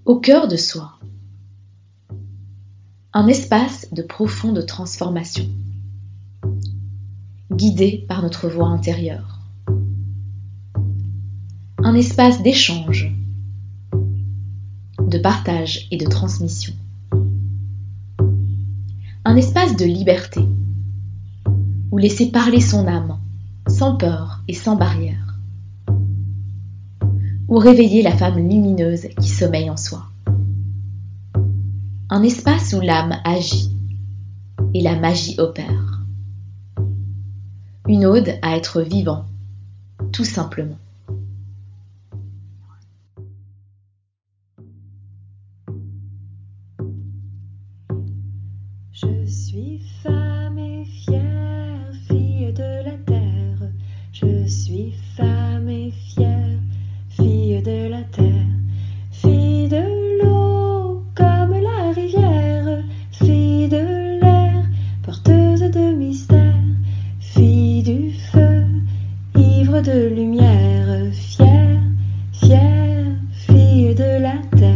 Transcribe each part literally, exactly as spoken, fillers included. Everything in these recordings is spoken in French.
Au cœur de soi, un espace de profonde transformation, guidé par notre voix intérieure. Un espace d'échange, de partage et de transmission. Un espace de liberté, où laisser parler son âme, sans peur et sans barrière. Où réveiller la femme lumineuse qui sommeille en soi. Un espace où l'âme agit et la magie opère. Une ode à être vivant, tout simplement. Je suis femme et fière, fille de la terre. Je suis femme et fière, fille de la terre. Fille de l'eau comme la rivière, fille de l'air, porteuse de mystère. Fille du feu, ivre de lumière, fière, fière, fille de la terre.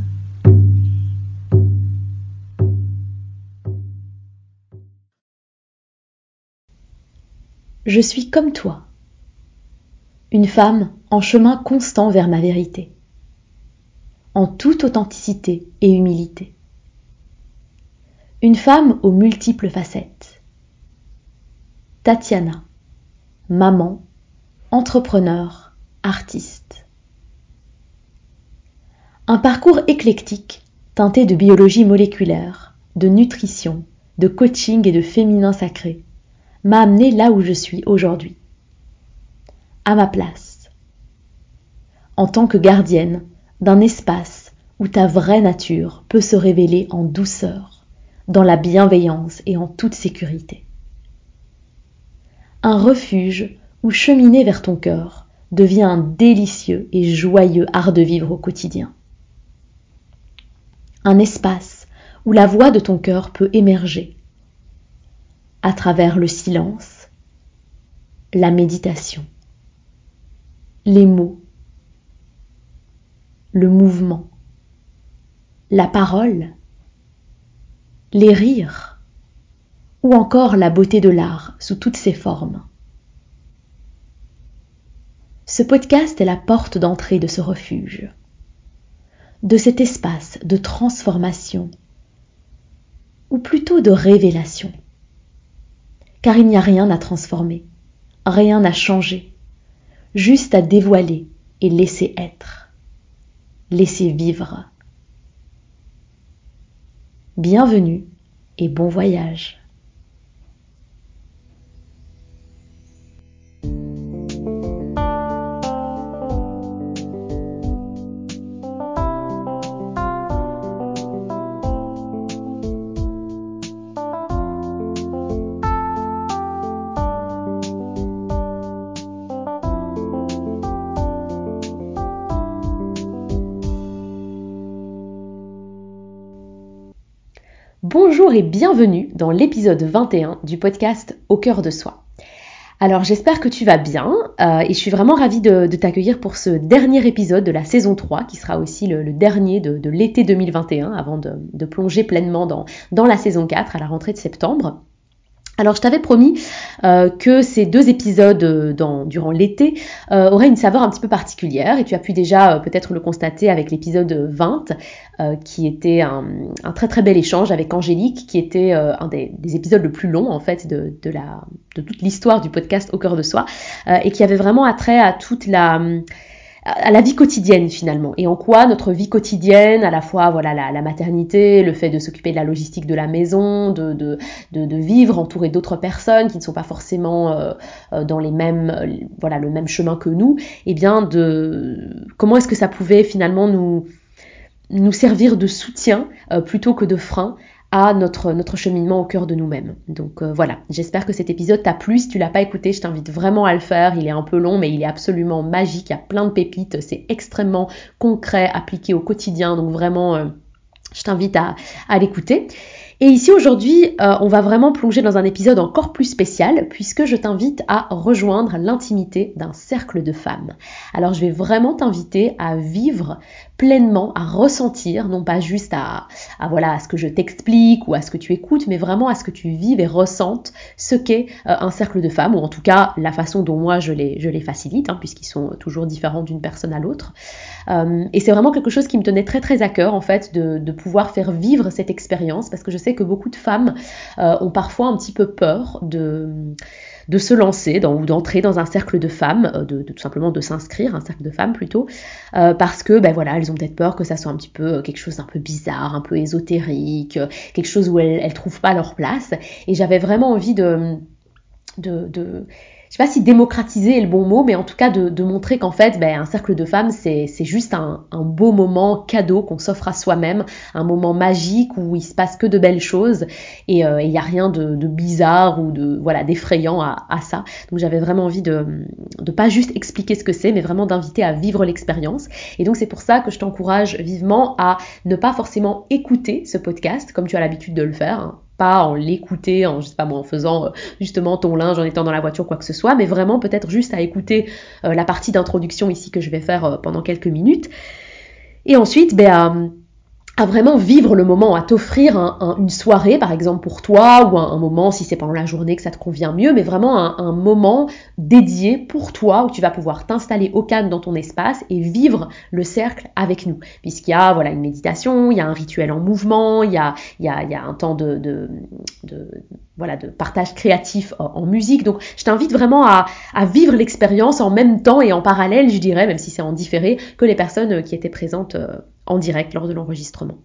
Je suis comme toi, une femme en chemin constant vers ma vérité, en toute authenticité et humilité. Une femme aux multiples facettes. Tatiana, maman, entrepreneur, artiste. Un parcours éclectique, teinté de biologie moléculaire, de nutrition, de coaching et de féminin sacré, m'a amené là où je suis aujourd'hui. À ma place. En tant que gardienne d'un espace où ta vraie nature peut se révéler en douceur, dans la bienveillance et en toute sécurité. Un refuge où cheminer vers ton cœur devient un délicieux et joyeux art de vivre au quotidien. Un espace où la voix de ton cœur peut émerger à travers le silence, la méditation, les mots, le mouvement, la parole, les rires, ou encore la beauté de l'art sous toutes ses formes. Ce podcast est la porte d'entrée de ce refuge, de cet espace de transformation, ou plutôt de révélation. Car il n'y a rien à transformer, rien à changer, juste à dévoiler et laisser être, laisser vivre. Bienvenue et bon voyage. Bonjour et bienvenue dans l'épisode vingt et un du podcast Au cœur de soi. Alors j'espère que tu vas bien euh, et je suis vraiment ravie de, de t'accueillir pour ce dernier épisode de la saison trois qui sera aussi le, le dernier de, de l'été deux mille vingt et un avant de, de plonger pleinement dans, dans la saison quatre à la rentrée de septembre. Alors je t'avais promis euh, que ces deux épisodes euh, dans, durant l'été euh, auraient une saveur un petit peu particulière et tu as pu déjà euh, peut-être le constater avec l'épisode vingt euh, qui était un, un très très bel échange avec Angélique qui était euh, un des, des épisodes le plus long en fait de, de, la, de toute l'histoire du podcast Au cœur de soi euh, et qui avait vraiment attrait à toute la... à la vie quotidienne finalement et en quoi notre vie quotidienne, à la fois voilà la, la maternité, le fait de s'occuper de la logistique de la maison, de, de, de, de vivre entouré d'autres personnes qui ne sont pas forcément euh, dans les mêmes euh, voilà le même chemin que nous, et bien de comment est-ce que ça pouvait finalement nous nous servir de soutien euh, plutôt que de frein à notre, notre cheminement au cœur de nous-mêmes. Donc euh, voilà, j'espère que cet épisode t'a plu. Si tu l'as pas écouté, je t'invite vraiment à le faire. Il est un peu long, mais il est absolument magique. Il y a plein de pépites. C'est extrêmement concret, appliqué au quotidien. Donc vraiment, euh, je t'invite à, à l'écouter. Et ici aujourd'hui, euh, on va vraiment plonger dans un épisode encore plus spécial puisque je t'invite à rejoindre l'intimité d'un cercle de femmes. Alors je vais vraiment t'inviter à vivre pleinement, à ressentir, non pas juste à, à, voilà, à ce que je t'explique ou à ce que tu écoutes, mais vraiment à ce que tu vives et ressentes ce qu'est euh, un cercle de femmes, ou en tout cas la façon dont moi je les, je les facilite, hein, puisqu'ils sont toujours différents d'une personne à l'autre. Euh, et c'est vraiment quelque chose qui me tenait très très à cœur en fait de, de pouvoir faire vivre cette expérience, parce que je sais que beaucoup de femmes euh, ont parfois un petit peu peur de, de se lancer dans, ou d'entrer dans un cercle de femmes, de, de tout simplement de s'inscrire, un cercle de femmes plutôt, euh, parce que ben voilà, elles ont peut-être peur que ça soit un petit peu quelque chose d'un peu bizarre, un peu ésotérique, quelque chose où elles, elles trouvent pas leur place. Et j'avais vraiment envie de, de, de je sais pas si démocratiser est le bon mot, mais en tout cas de, de montrer qu'en fait, ben, un cercle de femmes, c'est, c'est juste un, un beau moment cadeau qu'on s'offre à soi-même, un moment magique où il se passe que de belles choses et il euh, n'y a rien de, de bizarre ou de voilà d'effrayant à, à ça. Donc j'avais vraiment envie de de pas juste expliquer ce que c'est, mais vraiment d'inviter à vivre l'expérience. Et donc c'est pour ça que je t'encourage vivement à ne pas forcément écouter ce podcast comme tu as l'habitude de le faire, hein. Pas en l'écouter, en, je sais pas moi, en faisant euh, justement ton linge, en étant dans la voiture, quoi que ce soit, mais vraiment peut-être juste à écouter euh, la partie d'introduction ici que je vais faire euh, pendant quelques minutes. Et ensuite, ben, euh, à vraiment vivre le moment, à t'offrir un, un, une soirée par exemple pour toi, ou un, un moment si c'est pendant la journée que ça te convient mieux, mais vraiment un, un moment dédié pour toi où tu vas pouvoir t'installer au calme dans ton espace et vivre le cercle avec nous, puisqu'il y a voilà une méditation, il y a un rituel en mouvement, il y a, il y a, il y a un temps de, de, de, voilà, de partage créatif en, en musique. Donc je t'invite vraiment à, à vivre l'expérience en même temps et en parallèle, je dirais, même si c'est en différé, que les personnes qui étaient présentes euh, en direct lors de l'enregistrement.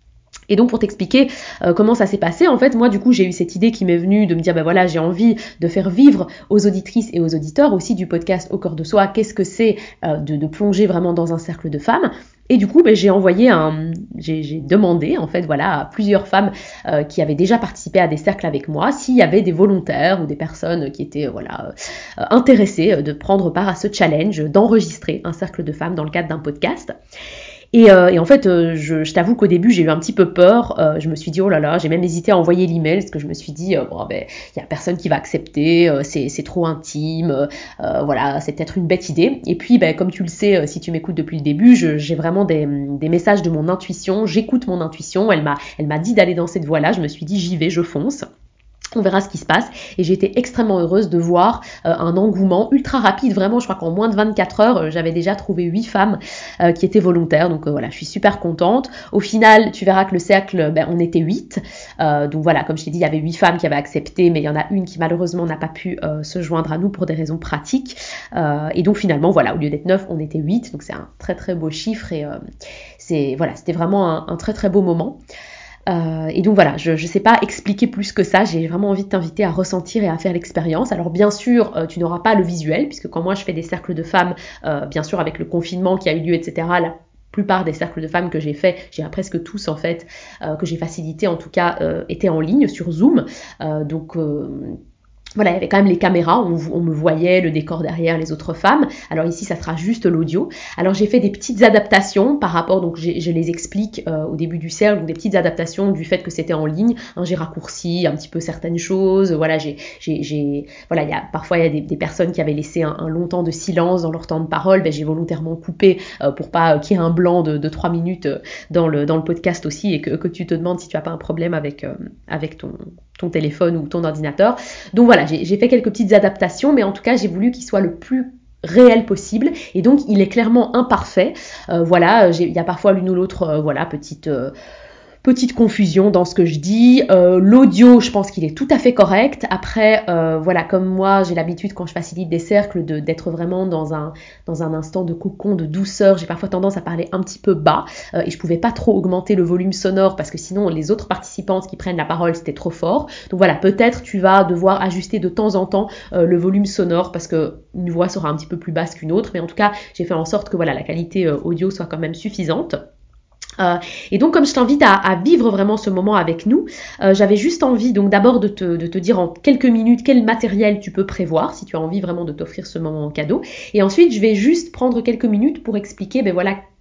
Et donc pour t'expliquer euh, comment ça s'est passé, en fait moi du coup j'ai eu cette idée qui m'est venue de me dire ben voilà, j'ai envie de faire vivre aux auditrices et aux auditeurs aussi du podcast Au cœur de soi, qu'est-ce que c'est euh, de, de plonger vraiment dans un cercle de femmes. Et du coup ben, j'ai envoyé un, j'ai, j'ai demandé en fait voilà à plusieurs femmes euh, qui avaient déjà participé à des cercles avec moi s'il y avait des volontaires ou des personnes qui étaient voilà euh, intéressées de prendre part à ce challenge d'enregistrer un cercle de femmes dans le cadre d'un podcast. Et, euh, et en fait, euh, je, je t'avoue qu'au début, j'ai eu un petit peu peur. Euh, je me suis dit, oh là là, j'ai même hésité à envoyer l'email parce que je me suis dit, euh, bon, ben, il y a personne qui va accepter, euh, c'est, c'est trop intime, euh, voilà, c'est peut-être une bête idée. Et puis, ben, comme tu le sais, euh, si tu m'écoutes depuis le début, je, j'ai vraiment des, des messages de mon intuition. J'écoute mon intuition. Elle m'a, elle m'a dit d'aller dans cette voie-là. Je me suis dit, j'y vais, je fonce. On verra ce qui se passe et j'ai été extrêmement heureuse de voir euh, un engouement ultra rapide, vraiment je crois qu'en moins de vingt-quatre heures euh, j'avais déjà trouvé huit femmes euh, qui étaient volontaires, donc euh, voilà je suis super contente. Au final tu verras que le cercle, ben, on était huit, euh, donc voilà comme je t'ai dit il y avait huit femmes qui avaient accepté, mais il y en a une qui malheureusement n'a pas pu euh, se joindre à nous pour des raisons pratiques, euh, et donc finalement voilà au lieu d'être neuf on était huit, donc c'est un très très beau chiffre et euh, c'est, voilà, c'était vraiment un, un très très beau moment. Euh, et donc voilà, je ne sais pas expliquer plus que ça, j'ai vraiment envie de t'inviter à ressentir et à faire l'expérience. Alors bien sûr, euh, tu n'auras pas le visuel, puisque quand moi je fais des cercles de femmes, euh, bien sûr avec le confinement qui a eu lieu, et cetera, la plupart des cercles de femmes que j'ai fait, j'ai presque tous en fait, euh, que j'ai facilité en tout cas, euh, étaient en ligne sur Zoom. Euh, donc... Euh, Voilà, il y avait quand même les caméras, on, on me voyait, le décor derrière, les autres femmes. Alors ici, ça sera juste l'audio. Alors j'ai fait des petites adaptations par rapport, donc j'ai, je les explique euh, au début du cercle, donc des petites adaptations du fait que c'était en ligne. Hein, j'ai raccourci un petit peu certaines choses. Voilà, j'ai, j'ai, j'ai voilà, il y a parfois il y a des, des personnes qui avaient laissé un, un long temps de silence dans leur temps de parole. Ben j'ai volontairement coupé euh, pour pas euh, qu'il y ait un blanc de, de trois minutes dans le dans le podcast aussi et que, que tu te demandes si tu as pas un problème avec euh, avec ton ton téléphone ou ton ordinateur. Donc voilà, j'ai, j'ai fait quelques petites adaptations, mais en tout cas, j'ai voulu qu'il soit le plus réel possible, et donc il est clairement imparfait. Euh, voilà, il y a parfois l'une ou l'autre, euh, voilà, petite... Euh, Petite confusion dans ce que je dis. Euh, l'audio, je pense qu'il est tout à fait correct. Après, euh, voilà, comme moi, j'ai l'habitude quand je facilite des cercles de, d'être vraiment dans un, dans un instant de cocon, de douceur. J'ai parfois tendance à parler un petit peu bas euh, et je pouvais pas trop augmenter le volume sonore parce que sinon les autres participantes qui prennent la parole, c'était trop fort. Donc voilà, peut-être tu vas devoir ajuster de temps en temps euh, le volume sonore parce que une voix sera un petit peu plus basse qu'une autre. Mais en tout cas, j'ai fait en sorte que voilà, la qualité euh, audio soit quand même suffisante. Euh, et donc comme je t'invite à, à vivre vraiment ce moment avec nous, euh, j'avais juste envie donc d'abord de te, de te dire en quelques minutes quel matériel tu peux prévoir si tu as envie vraiment de t'offrir ce moment en cadeau, et ensuite je vais juste prendre quelques minutes pour expliquer ben voilà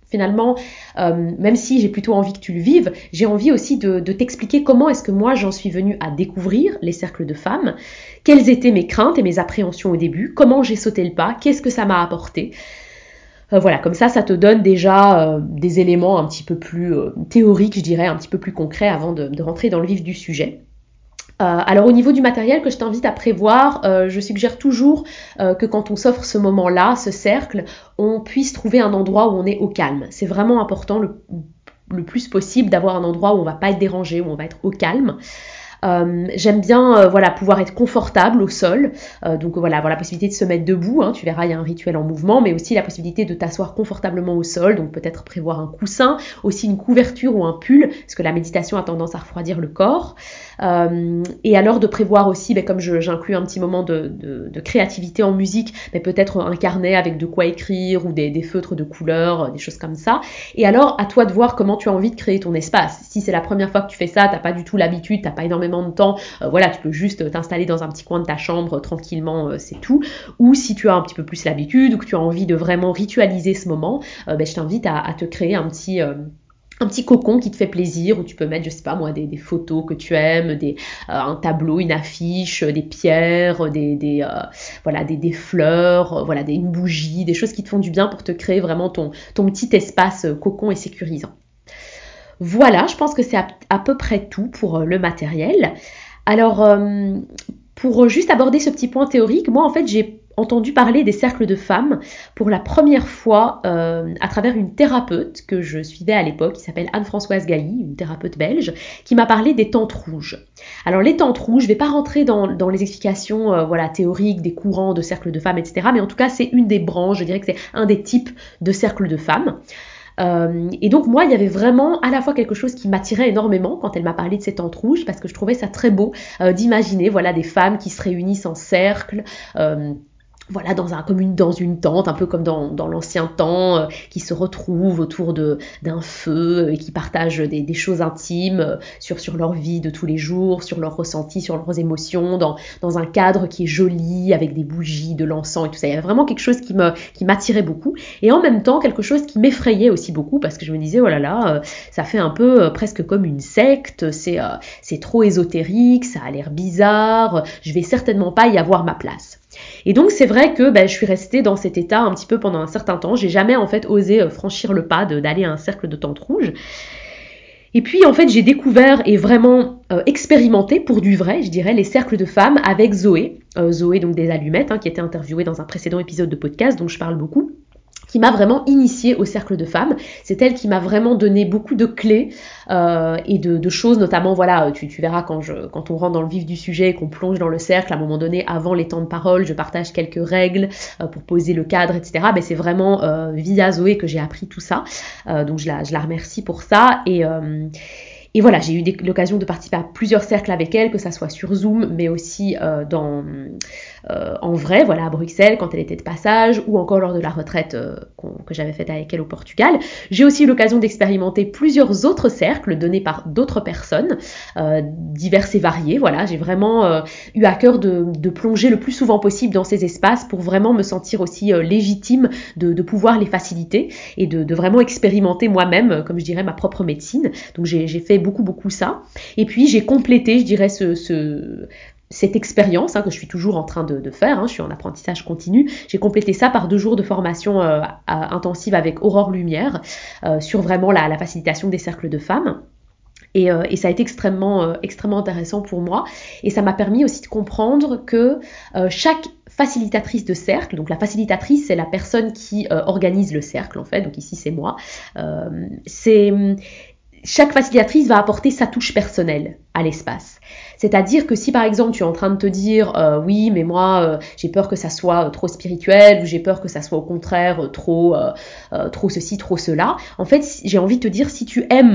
finalement, euh, même si j'ai plutôt envie que tu le vives, j'ai envie aussi de, de t'expliquer comment est-ce que moi j'en suis venue à découvrir les cercles de femmes, quelles étaient mes craintes et mes appréhensions au début, comment j'ai sauté le pas, qu'est-ce que ça m'a apporté. Euh, voilà, comme ça, ça te donne déjà euh, des éléments un petit peu plus euh, théoriques, je dirais, un petit peu plus concrets avant de, de rentrer dans le vif du sujet. Euh, alors au niveau du matériel que je t'invite à prévoir, euh, je suggère toujours euh, que quand on s'offre ce moment-là, ce cercle, on puisse trouver un endroit où on est au calme. C'est vraiment important le, le plus possible d'avoir un endroit où on va pas être dérangé, où on va être au calme. Euh, j'aime bien euh, voilà, pouvoir être confortable au sol, euh, donc voilà, avoir la possibilité de se mettre debout, hein, tu verras il y a un rituel en mouvement, mais aussi la possibilité de t'asseoir confortablement au sol, donc peut-être prévoir un coussin, aussi une couverture ou un pull, parce que la méditation a tendance à refroidir le corps, euh, et alors de prévoir aussi, ben, comme je, j'inclus un petit moment de, de, de créativité en musique, mais peut-être un carnet avec de quoi écrire ou des, des feutres de couleur, des choses comme ça, et alors à toi de voir comment tu as envie de créer ton espace. Si c'est la première fois que tu fais ça, t'as pas du tout l'habitude, t'as pas énormément de temps, euh, voilà, tu peux juste t'installer dans un petit coin de ta chambre euh, tranquillement, euh, c'est tout. Ou si tu as un petit peu plus l'habitude ou que tu as envie de vraiment ritualiser ce moment, euh, ben, je t'invite à, à te créer un petit... Euh, un petit cocon qui te fait plaisir, où tu peux mettre, je sais pas moi, des, des photos que tu aimes, des, euh, un tableau, une affiche, des pierres, des, des, euh, voilà, des, des fleurs, euh, voilà, des, une bougie, des choses qui te font du bien pour te créer vraiment ton, ton petit espace euh, cocon et sécurisant. Voilà, je pense que c'est à, à peu près tout pour euh, le matériel. Alors, euh, pour juste aborder ce petit point théorique, moi en fait j'ai entendu parler des cercles de femmes pour la première fois euh, à travers une thérapeute que je suivais à l'époque, qui s'appelle Anne-Françoise Gailly, une thérapeute belge, qui m'a parlé des tentes rouges. Alors les tentes rouges, je ne vais pas rentrer dans, dans les explications euh, voilà, théoriques des courants de cercles de femmes, et cetera. Mais en tout cas, c'est une des branches, je dirais que c'est un des types de cercles de femmes. Euh, et donc moi, il y avait vraiment à la fois quelque chose qui m'attirait énormément quand elle m'a parlé de ces tentes rouges, parce que je trouvais ça très beau euh, d'imaginer voilà, des femmes qui se réunissent en cercle, euh, voilà, dans, un, comme une, dans une tente, un peu comme dans, dans l'ancien temps, euh, qui se retrouvent autour de, d'un feu et qui partagent des, des choses intimes euh, sur, sur leur vie de tous les jours, sur leurs ressentis, sur leurs émotions, dans, dans un cadre qui est joli, avec des bougies, de l'encens et tout ça. Il y avait vraiment quelque chose qui, me, qui m'attirait beaucoup. Et en même temps, quelque chose qui m'effrayait aussi beaucoup, parce que je me disais, oh là là, euh, ça fait un peu euh, presque comme une secte, c'est, euh, c'est trop ésotérique, ça a l'air bizarre, je vais certainement pas y avoir ma place. Et donc c'est vrai que ben, je suis restée dans cet état un petit peu pendant un certain temps. J'ai jamais en fait osé franchir le pas de, d'aller à un cercle de tentes rouges. Et puis en fait j'ai découvert et vraiment euh, expérimenté pour du vrai, je dirais, les cercles de femmes avec Zoé. Euh, Zoé donc des Allumettes, hein, qui était interviewée dans un précédent épisode de podcast dont je parle beaucoup, qui m'a vraiment initiée au cercle de femmes. C'est elle qui m'a vraiment donné beaucoup de clés euh, et de, de choses, notamment, voilà, tu, tu verras quand, je, quand on rentre dans le vif du sujet et qu'on plonge dans le cercle, à un moment donné, avant les temps de parole, je partage quelques règles euh, pour poser le cadre, et cetera. Ben, c'est vraiment euh, via Zoé que j'ai appris tout ça. Euh, donc je la, je la remercie pour ça. Et... Euh, Et voilà, j'ai eu des, l'occasion de participer à plusieurs cercles avec elle, que ça soit sur Zoom, mais aussi euh, dans, euh, en vrai, voilà, à Bruxelles, quand elle était de passage, ou encore lors de la retraite euh, que j'avais faite avec elle au Portugal. J'ai aussi eu l'occasion d'expérimenter plusieurs autres cercles donnés par d'autres personnes, euh, diverses et variées. Voilà, j'ai vraiment euh, eu à cœur de, de plonger le plus souvent possible dans ces espaces pour vraiment me sentir aussi euh, légitime de, de pouvoir les faciliter et de, de vraiment expérimenter moi-même, comme je dirais, ma propre médecine. Donc j'ai, j'ai fait beaucoup, beaucoup ça. Et puis, j'ai complété, je dirais, ce, ce, cette expérience hein, que je suis toujours en train de, de faire. Hein, je suis en apprentissage continu. J'ai complété ça par deux jours de formation euh, à, intensive avec Aurore Lumière euh, sur vraiment la, la facilitation des cercles de femmes. Et, euh, et ça a été extrêmement, euh, extrêmement intéressant pour moi. Et ça m'a permis aussi de comprendre que euh, chaque facilitatrice de cercle, donc la facilitatrice, c'est la personne qui euh, organise le cercle, en fait. Donc ici, c'est moi. Euh, c'est... Chaque facilitatrice va apporter sa touche personnelle à l'espace. C'est-à-dire que si par exemple tu es en train de te dire euh, oui mais moi euh, j'ai peur que ça soit euh, trop spirituel ou j'ai peur que ça soit au contraire euh, trop, euh, euh, trop ceci, trop cela, en fait j'ai envie de te dire si tu aimes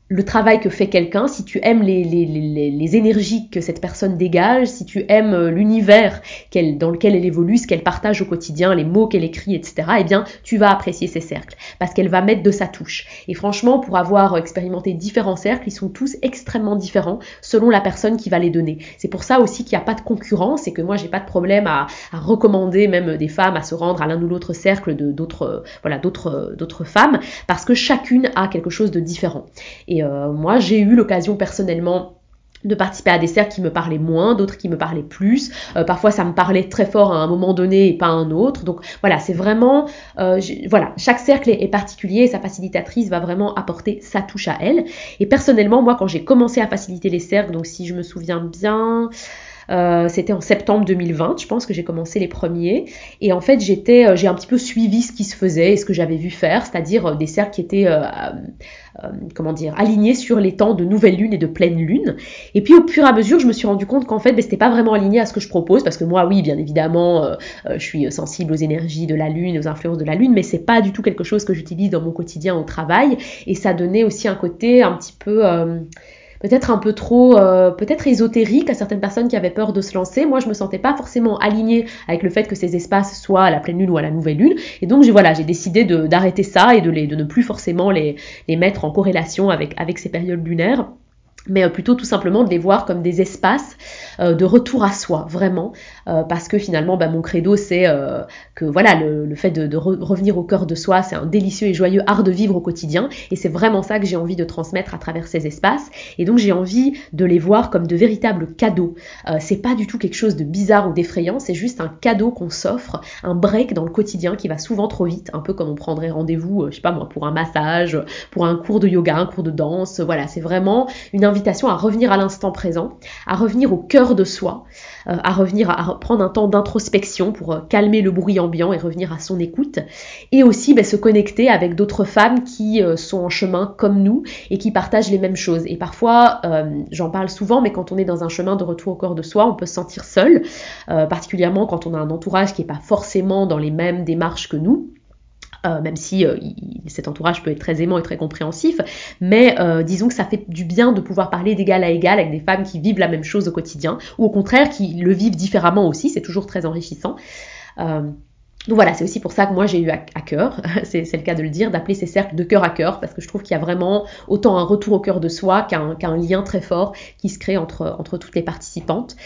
le travail que fait quelqu'un, si tu aimes les, les, les, les énergies que cette personne dégage, si tu aimes l'univers qu'elle, dans lequel elle évolue, ce qu'elle partage au quotidien, les mots qu'elle écrit, et cetera, eh bien, tu vas apprécier ces cercles parce qu'elle va mettre de sa touche. Et franchement, pour avoir expérimenté différents cercles, ils sont tous extrêmement différents selon la personne qui va les donner. C'est pour ça aussi qu'il n'y a pas de concurrence et que moi, j'ai pas de problème à, à recommander même des femmes à se rendre à l'un ou l'autre cercle de, d'autres, voilà, d'autres, d'autres femmes parce que chacune a quelque chose de différent. Et Et euh, moi, j'ai eu l'occasion personnellement de participer à des cercles qui me parlaient moins, d'autres qui me parlaient plus. Euh, parfois, ça me parlait très fort à un moment donné et pas à un autre. Donc voilà, c'est vraiment... Euh, voilà, chaque cercle est, est particulier et sa facilitatrice va vraiment apporter sa touche à elle. Et personnellement, moi, quand j'ai commencé à faciliter les cercles, donc si je me souviens bien... Euh, c'était en septembre deux mille vingt, je pense que j'ai commencé les premiers. Et en fait, j'étais, euh, j'ai un petit peu suivi ce qui se faisait et ce que j'avais vu faire, c'est-à-dire euh, des cercles qui étaient, euh, euh, comment dire, alignés sur les temps de nouvelle lune et de pleine lune. Et puis, au fur et à mesure, je me suis rendu compte qu'en fait, ben, c'était pas vraiment aligné à ce que je propose, parce que moi, oui, bien évidemment, euh, euh, je suis sensible aux énergies de la lune, aux influences de la lune, mais c'est pas du tout quelque chose que j'utilise dans mon quotidien au travail. Et ça donnait aussi un côté un petit peu... Euh, peut-être un peu trop, euh, peut-être ésotérique à certaines personnes qui avaient peur de se lancer. Moi, je me sentais pas forcément alignée avec le fait que ces espaces soient à la pleine lune ou à la nouvelle lune. Et donc, j'ai, voilà, j'ai décidé de, d'arrêter ça et de, les, de ne plus forcément les, les mettre en corrélation avec, avec ces périodes lunaires, mais plutôt tout simplement de les voir comme des espaces euh, de retour à soi, vraiment, euh, parce que finalement, bah, mon credo, c'est euh, que voilà, le, le fait de, de re- revenir au cœur de soi, c'est un délicieux et joyeux art de vivre au quotidien, et c'est vraiment ça que j'ai envie de transmettre à travers ces espaces, et donc j'ai envie de les voir comme de véritables cadeaux. Euh, c'est pas du tout quelque chose de bizarre ou d'effrayant, c'est juste un cadeau qu'on s'offre, un break dans le quotidien qui va souvent trop vite, un peu comme on prendrait rendez-vous, euh, je sais pas moi, pour un massage, pour un cours de yoga, un cours de danse, voilà, c'est vraiment une invitation à revenir à l'instant présent, à revenir au cœur de soi, euh, à revenir à, à prendre un temps d'introspection pour euh, calmer le bruit ambiant et revenir à son écoute, et aussi bah, se connecter avec d'autres femmes qui euh, sont en chemin comme nous et qui partagent les mêmes choses. Et parfois, euh, j'en parle souvent, mais quand on est dans un chemin de retour au corps de soi, on peut se sentir seul, euh, particulièrement quand on a un entourage qui n'est pas forcément dans les mêmes démarches que nous. Euh, même si euh, il, cet entourage peut être très aimant et très compréhensif, mais euh, disons que ça fait du bien de pouvoir parler d'égal à égal avec des femmes qui vivent la même chose au quotidien, ou au contraire qui le vivent différemment aussi, c'est toujours très enrichissant. Euh, donc voilà, c'est aussi pour ça que moi j'ai eu à, à cœur, c'est, c'est le cas de le dire, d'appeler ces cercles de cœur à cœur, parce que je trouve qu'il y a vraiment autant un retour au cœur de soi qu'un, qu'un lien très fort qui se crée entre, entre toutes les participantes.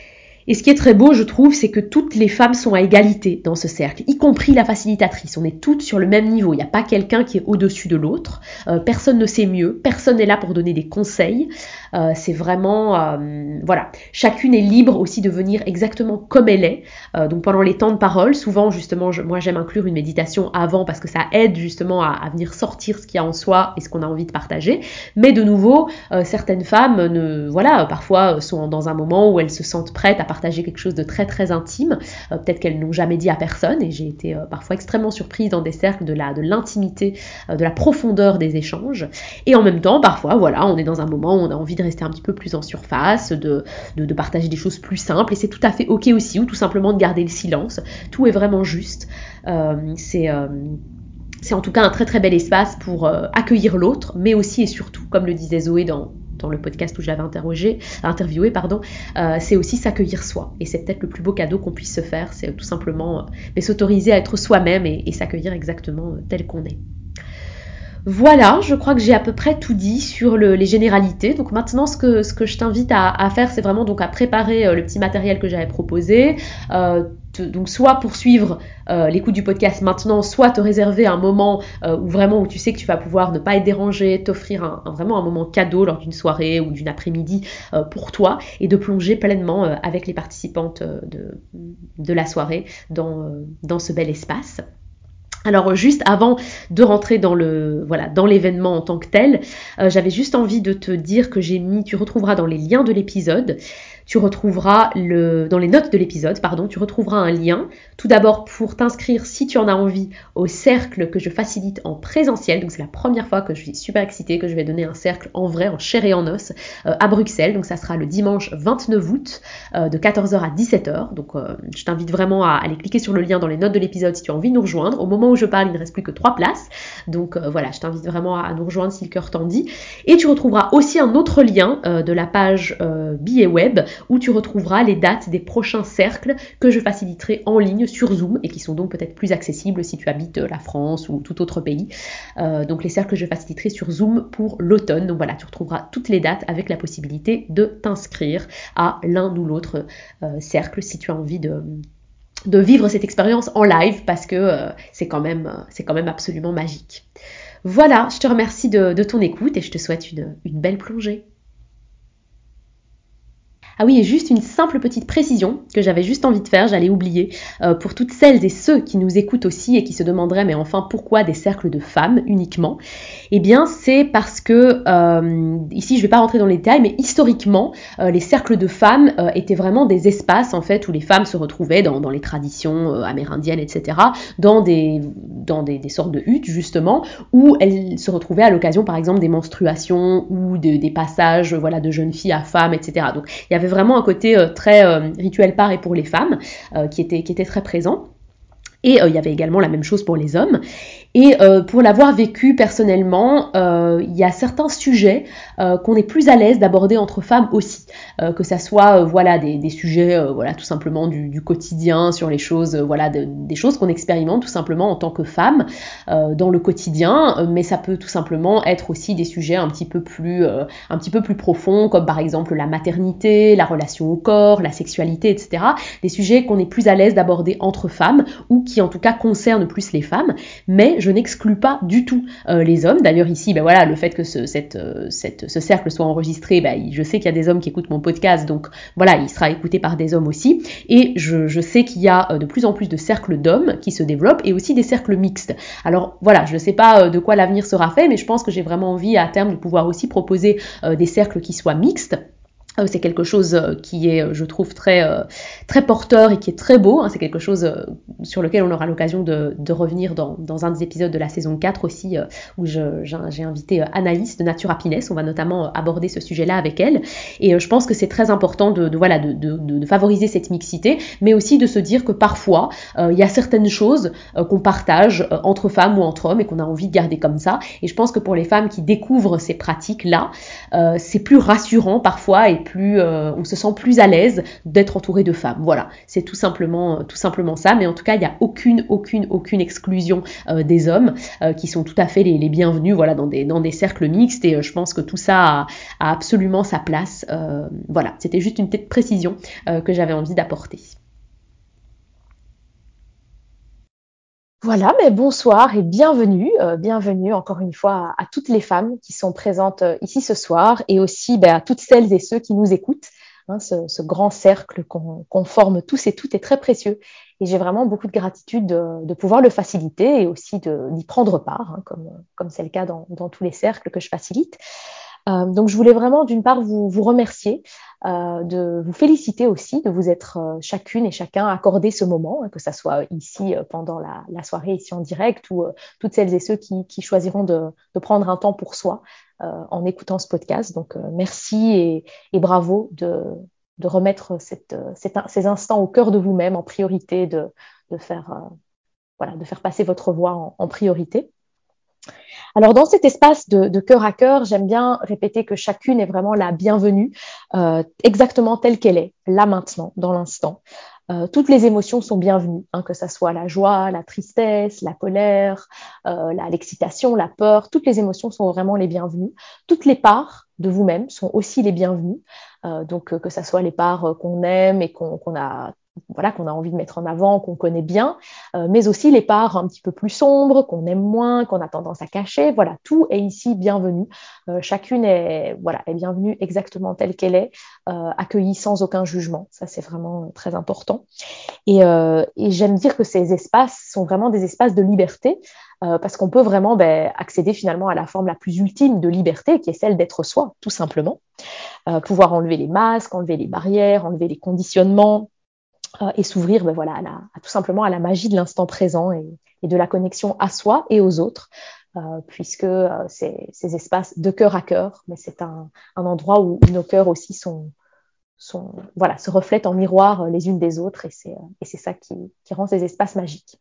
Et ce qui est très beau, je trouve, c'est que toutes les femmes sont à égalité dans ce cercle, y compris la facilitatrice. On est toutes sur le même niveau. Il n'y a pas quelqu'un qui est au-dessus de l'autre. Euh, personne ne sait mieux. Personne n'est là pour donner des conseils. Euh, c'est vraiment... Euh, voilà. Chacune est libre aussi de venir exactement comme elle est. Euh, donc pendant les temps de parole, souvent, justement, je, moi j'aime inclure une méditation avant parce que ça aide justement à, à venir sortir ce qu'il y a en soi et ce qu'on a envie de partager. Mais de nouveau, euh, certaines femmes, ne, voilà, parfois sont dans un moment où elles se sentent prêtes à partager quelque chose de très très intime, euh, peut-être qu'elles n'ont jamais dit à personne, et j'ai été euh, parfois extrêmement surprise dans des cercles de la de l'intimité, euh, de la profondeur des échanges, et en même temps parfois voilà, on est dans un moment où on a envie de rester un petit peu plus en surface, de, de, de partager des choses plus simples, et c'est tout à fait ok aussi, ou tout simplement de garder le silence, tout est vraiment juste, euh, c'est... Euh, c'est en tout cas un très très bel espace pour euh, accueillir l'autre, mais aussi et surtout, comme le disait Zoé dans, dans le podcast où j'avais interrogé, interviewé, pardon, euh, c'est aussi s'accueillir soi. Et c'est peut-être le plus beau cadeau qu'on puisse se faire, c'est tout simplement euh, mais s'autoriser à être soi-même et, et s'accueillir exactement euh, tel qu'on est. Voilà, je crois que j'ai à peu près tout dit sur le, les généralités. Donc maintenant, ce que, ce que je t'invite à, à faire, c'est vraiment donc à préparer euh, le petit matériel que j'avais proposé. Euh, te, donc soit poursuivre euh, l'écoute du podcast maintenant, soit te réserver un moment euh, où vraiment où tu sais que tu vas pouvoir ne pas être dérangé, t'offrir un, un, vraiment un moment cadeau lors d'une soirée ou d'une après-midi euh, pour toi et de plonger pleinement euh, avec les participantes euh, de, de la soirée dans, euh, dans ce bel espace. Alors juste avant de rentrer dans le voilà dans l'événement en tant que tel, euh, j'avais juste envie de te dire que j'ai mis, tu retrouveras dans les liens de l'épisode, tu retrouveras le, dans les notes de l'épisode, pardon, tu retrouveras un lien. Tout d'abord pour t'inscrire si tu en as envie au cercle que je facilite en présentiel. Donc c'est la première fois que je suis super excitée, que je vais donner un cercle en vrai, en chair et en os euh, à Bruxelles. Donc ça sera le dimanche vingt-neuf août euh, de quatorze heures à dix-sept heures. Donc euh, je t'invite vraiment à aller cliquer sur le lien dans les notes de l'épisode si tu as envie de nous rejoindre. Au moment où je parle, il ne reste plus que trois places. Donc euh, voilà, je t'invite vraiment à, à nous rejoindre si le cœur t'en dit. Et tu retrouveras aussi un autre lien euh, de la page euh, billet web où tu retrouveras les dates des prochains cercles que je faciliterai en ligne sur Zoom et qui sont donc peut-être plus accessibles si tu habites la France ou tout autre pays. Euh, donc les cercles que je faciliterai sur Zoom pour l'automne. Donc voilà, tu retrouveras toutes les dates avec la possibilité de t'inscrire à l'un ou l'autre euh, cercle si tu as envie de de vivre cette expérience en live parce que euh, c'est quand même euh, c'est quand même absolument magique. Voilà, je te remercie de, de ton écoute et je te souhaite une, une belle plongée. Ah oui, et juste une simple petite précision que j'avais juste envie de faire, j'allais oublier, euh, pour toutes celles et ceux qui nous écoutent aussi et qui se demanderaient, mais enfin, pourquoi des cercles de femmes uniquement? Eh bien, c'est parce que, euh, ici, je ne vais pas rentrer dans les détails, mais historiquement, euh, les cercles de femmes euh, étaient vraiment des espaces, en fait, où les femmes se retrouvaient dans, dans les traditions euh, amérindiennes, et cetera, dans des, dans des, des sortes de huttes, justement, où elles se retrouvaient à l'occasion, par exemple, des menstruations ou de, des passages, voilà, de jeunes filles à femmes, et cetera. Donc, il y avait vraiment un côté euh, très euh, rituel par et pour les femmes euh, qui, était, qui était très présent. Et euh, il y avait également la même chose pour les hommes. Et euh, pour l'avoir vécu personnellement, euh, il y a certains sujets euh, qu'on est plus à l'aise d'aborder entre femmes aussi, euh, que ça soit euh, voilà des, des sujets euh, voilà tout simplement du, du quotidien sur les choses euh, voilà de, des choses qu'on expérimente tout simplement en tant que femme euh, dans le quotidien, mais ça peut tout simplement être aussi des sujets un petit peu plus euh, un petit peu plus profonds comme par exemple la maternité, la relation au corps, la sexualité, et cetera. Des sujets qu'on est plus à l'aise d'aborder entre femmes ou qui en tout cas concernent plus les femmes, mais je n'exclus pas du tout euh, les hommes. D'ailleurs ici, ben voilà, le fait que ce, cette, euh, cette, ce cercle soit enregistré, ben, je sais qu'il y a des hommes qui écoutent mon podcast, donc voilà, il sera écouté par des hommes aussi. Et je, je sais qu'il y a euh, de plus en plus de cercles d'hommes qui se développent et aussi des cercles mixtes. Alors voilà, je ne sais pas euh, de quoi l'avenir sera fait, mais je pense que j'ai vraiment envie à terme de pouvoir aussi proposer euh, des cercles qui soient mixtes. Euh, c'est quelque chose euh, qui est, je trouve, très, euh, très porteur et qui est très beau. Hein. C'est quelque chose euh, sur lequel on aura l'occasion de, de revenir dans, dans un des épisodes de la saison quatre aussi, euh, où je, j'ai invité euh, Anaïs de Nature Happiness. On va notamment euh, aborder ce sujet-là avec elle. Et euh, je pense que c'est très important de, de, voilà, de, de, de favoriser cette mixité, mais aussi de se dire que parfois, euh, il y a certaines choses euh, qu'on partage euh, entre femmes ou entre hommes et qu'on a envie de garder comme ça. Et je pense que pour les femmes qui découvrent ces pratiques-là, euh, c'est plus rassurant parfois et plus, euh, on se sent plus à l'aise d'être entouré de femmes. Voilà, c'est tout simplement, tout simplement ça. Mais en tout cas, il n'y a aucune, aucune, aucune exclusion euh, des hommes euh, qui sont tout à fait les, les bienvenus. Voilà, dans des, dans des cercles mixtes. Et euh, je pense que tout ça a, a absolument sa place. Euh, voilà, c'était juste une petite précision euh, que j'avais envie d'apporter. Voilà, mais bonsoir et bienvenue, euh, bienvenue encore une fois à, à toutes les femmes qui sont présentes euh, ici ce soir et aussi ben, à toutes celles et ceux qui nous écoutent. Hein, ce, ce grand cercle qu'on qu'on forme tous et toutes est très précieux et j'ai vraiment beaucoup de gratitude de, de pouvoir le faciliter et aussi d'y prendre part, hein, comme comme c'est le cas dans, dans tous les cercles que je facilite. Euh, donc, je voulais vraiment, d'une part, vous, vous remercier, euh, de vous féliciter aussi, de vous être euh, chacune et chacun accordé ce moment, hein, que ça soit ici euh, pendant la, la soirée, ici en direct, ou euh, toutes celles et ceux qui, qui choisiront de, de prendre un temps pour soi euh, en écoutant ce podcast. Donc, euh, merci et, et bravo de, de remettre cette, cette, ces instants au cœur de vous-même en priorité, de, de, faire, euh, voilà, de faire passer votre voix en, en priorité. Alors, dans cet espace de, de cœur à cœur, j'aime bien répéter que chacune est vraiment la bienvenue, euh, exactement telle qu'elle est, là maintenant, dans l'instant. Euh, toutes les émotions sont bienvenues, hein, que ça soit la joie, la tristesse, la colère, euh, la, l'excitation, la peur. Toutes les émotions sont vraiment les bienvenues. Toutes les parts de vous-même sont aussi les bienvenues. Euh, donc, euh, que ça soit les parts euh, qu'on aime et qu'on, qu'on a voilà, qu'on a envie de mettre en avant, qu'on connaît bien, euh, mais aussi les parts un petit peu plus sombres, qu'on aime moins, qu'on a tendance à cacher. Voilà, tout est ici bienvenu. Euh, chacune est, voilà, est bienvenue exactement telle qu'elle est, euh, accueillie sans aucun jugement. Ça, c'est vraiment très important. Et, euh, et j'aime dire que ces espaces sont vraiment des espaces de liberté, euh, parce qu'on peut vraiment ben, accéder finalement à la forme la plus ultime de liberté, qui est celle d'être soi, tout simplement. Euh, pouvoir enlever les masques, enlever les barrières, enlever les conditionnements, euh, et s'ouvrir ben, voilà, à, la, à tout simplement à la magie de l'instant présent et, et de la connexion à soi et aux autres, euh, puisque euh, c'est ces espaces de cœur à cœur, mais c'est un, un endroit où nos cœurs aussi sont, sont, voilà, se reflètent en miroir les unes des autres, et c'est, et c'est ça qui, qui rend ces espaces magiques.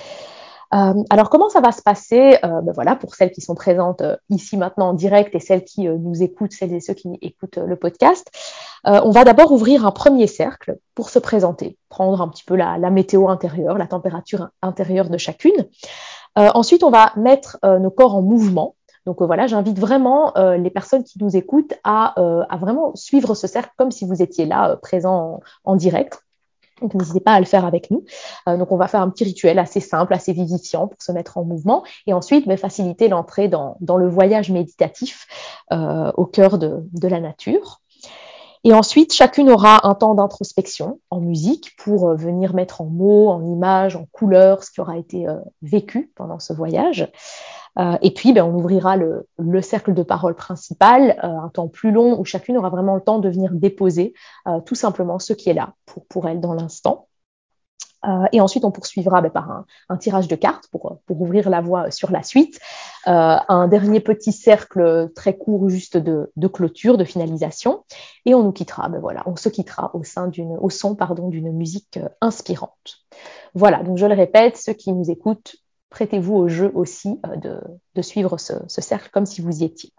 Euh, alors, comment ça va se passer, euh, ben voilà, pour celles qui sont présentes euh, ici maintenant en direct et celles qui euh, nous écoutent, celles et ceux qui écoutent euh, le podcast. Euh, on va d'abord ouvrir un premier cercle pour se présenter, prendre un petit peu la, la météo intérieure, la température intérieure de chacune. Euh, ensuite, on va mettre euh, nos corps en mouvement. Donc euh, voilà, j'invite vraiment euh, les personnes qui nous écoutent à, euh, à vraiment suivre ce cercle comme si vous étiez là, euh, présent en, en direct. Donc n'hésitez pas à le faire avec nous. Euh, donc on va faire un petit rituel assez simple, assez vivifiant pour se mettre en mouvement et ensuite mais, faciliter l'entrée dans, dans le voyage méditatif euh, au cœur de, de la nature. Et ensuite, chacune aura un temps d'introspection en musique pour euh, venir mettre en mots, en images, en couleurs ce qui aura été euh, vécu pendant ce voyage. Euh, et puis, ben, on ouvrira le, le cercle de parole principal, euh, un temps plus long où chacune aura vraiment le temps de venir déposer euh, tout simplement ce qui est là pour, pour elle dans l'instant. Euh, et ensuite, on poursuivra ben, par un, un tirage de cartes pour, pour ouvrir la voie sur la suite. Euh, un dernier petit cercle très court juste de, de clôture, de finalisation. Et on nous quittera, ben voilà, on se quittera au, sein d'une, au son pardon, d'une musique euh, inspirante. Voilà, donc je le répète, ceux qui nous écoutent, prêtez-vous au jeu aussi euh, de, de suivre ce, ce cercle comme si vous y étiez.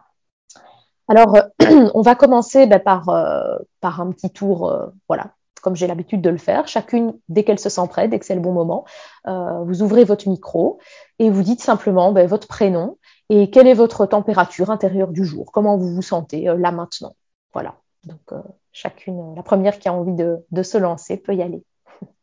Alors, euh, on va commencer ben, par, euh, par un petit tour, euh, voilà, comme j'ai l'habitude de le faire. Chacune, dès qu'elle se sent prête, dès que c'est le bon moment, euh, vous ouvrez votre micro et vous dites simplement ben, votre prénom et quelle est votre température intérieure du jour, comment vous vous sentez euh, là maintenant. Voilà, donc euh, chacune, la première qui a envie de, de se lancer peut y aller.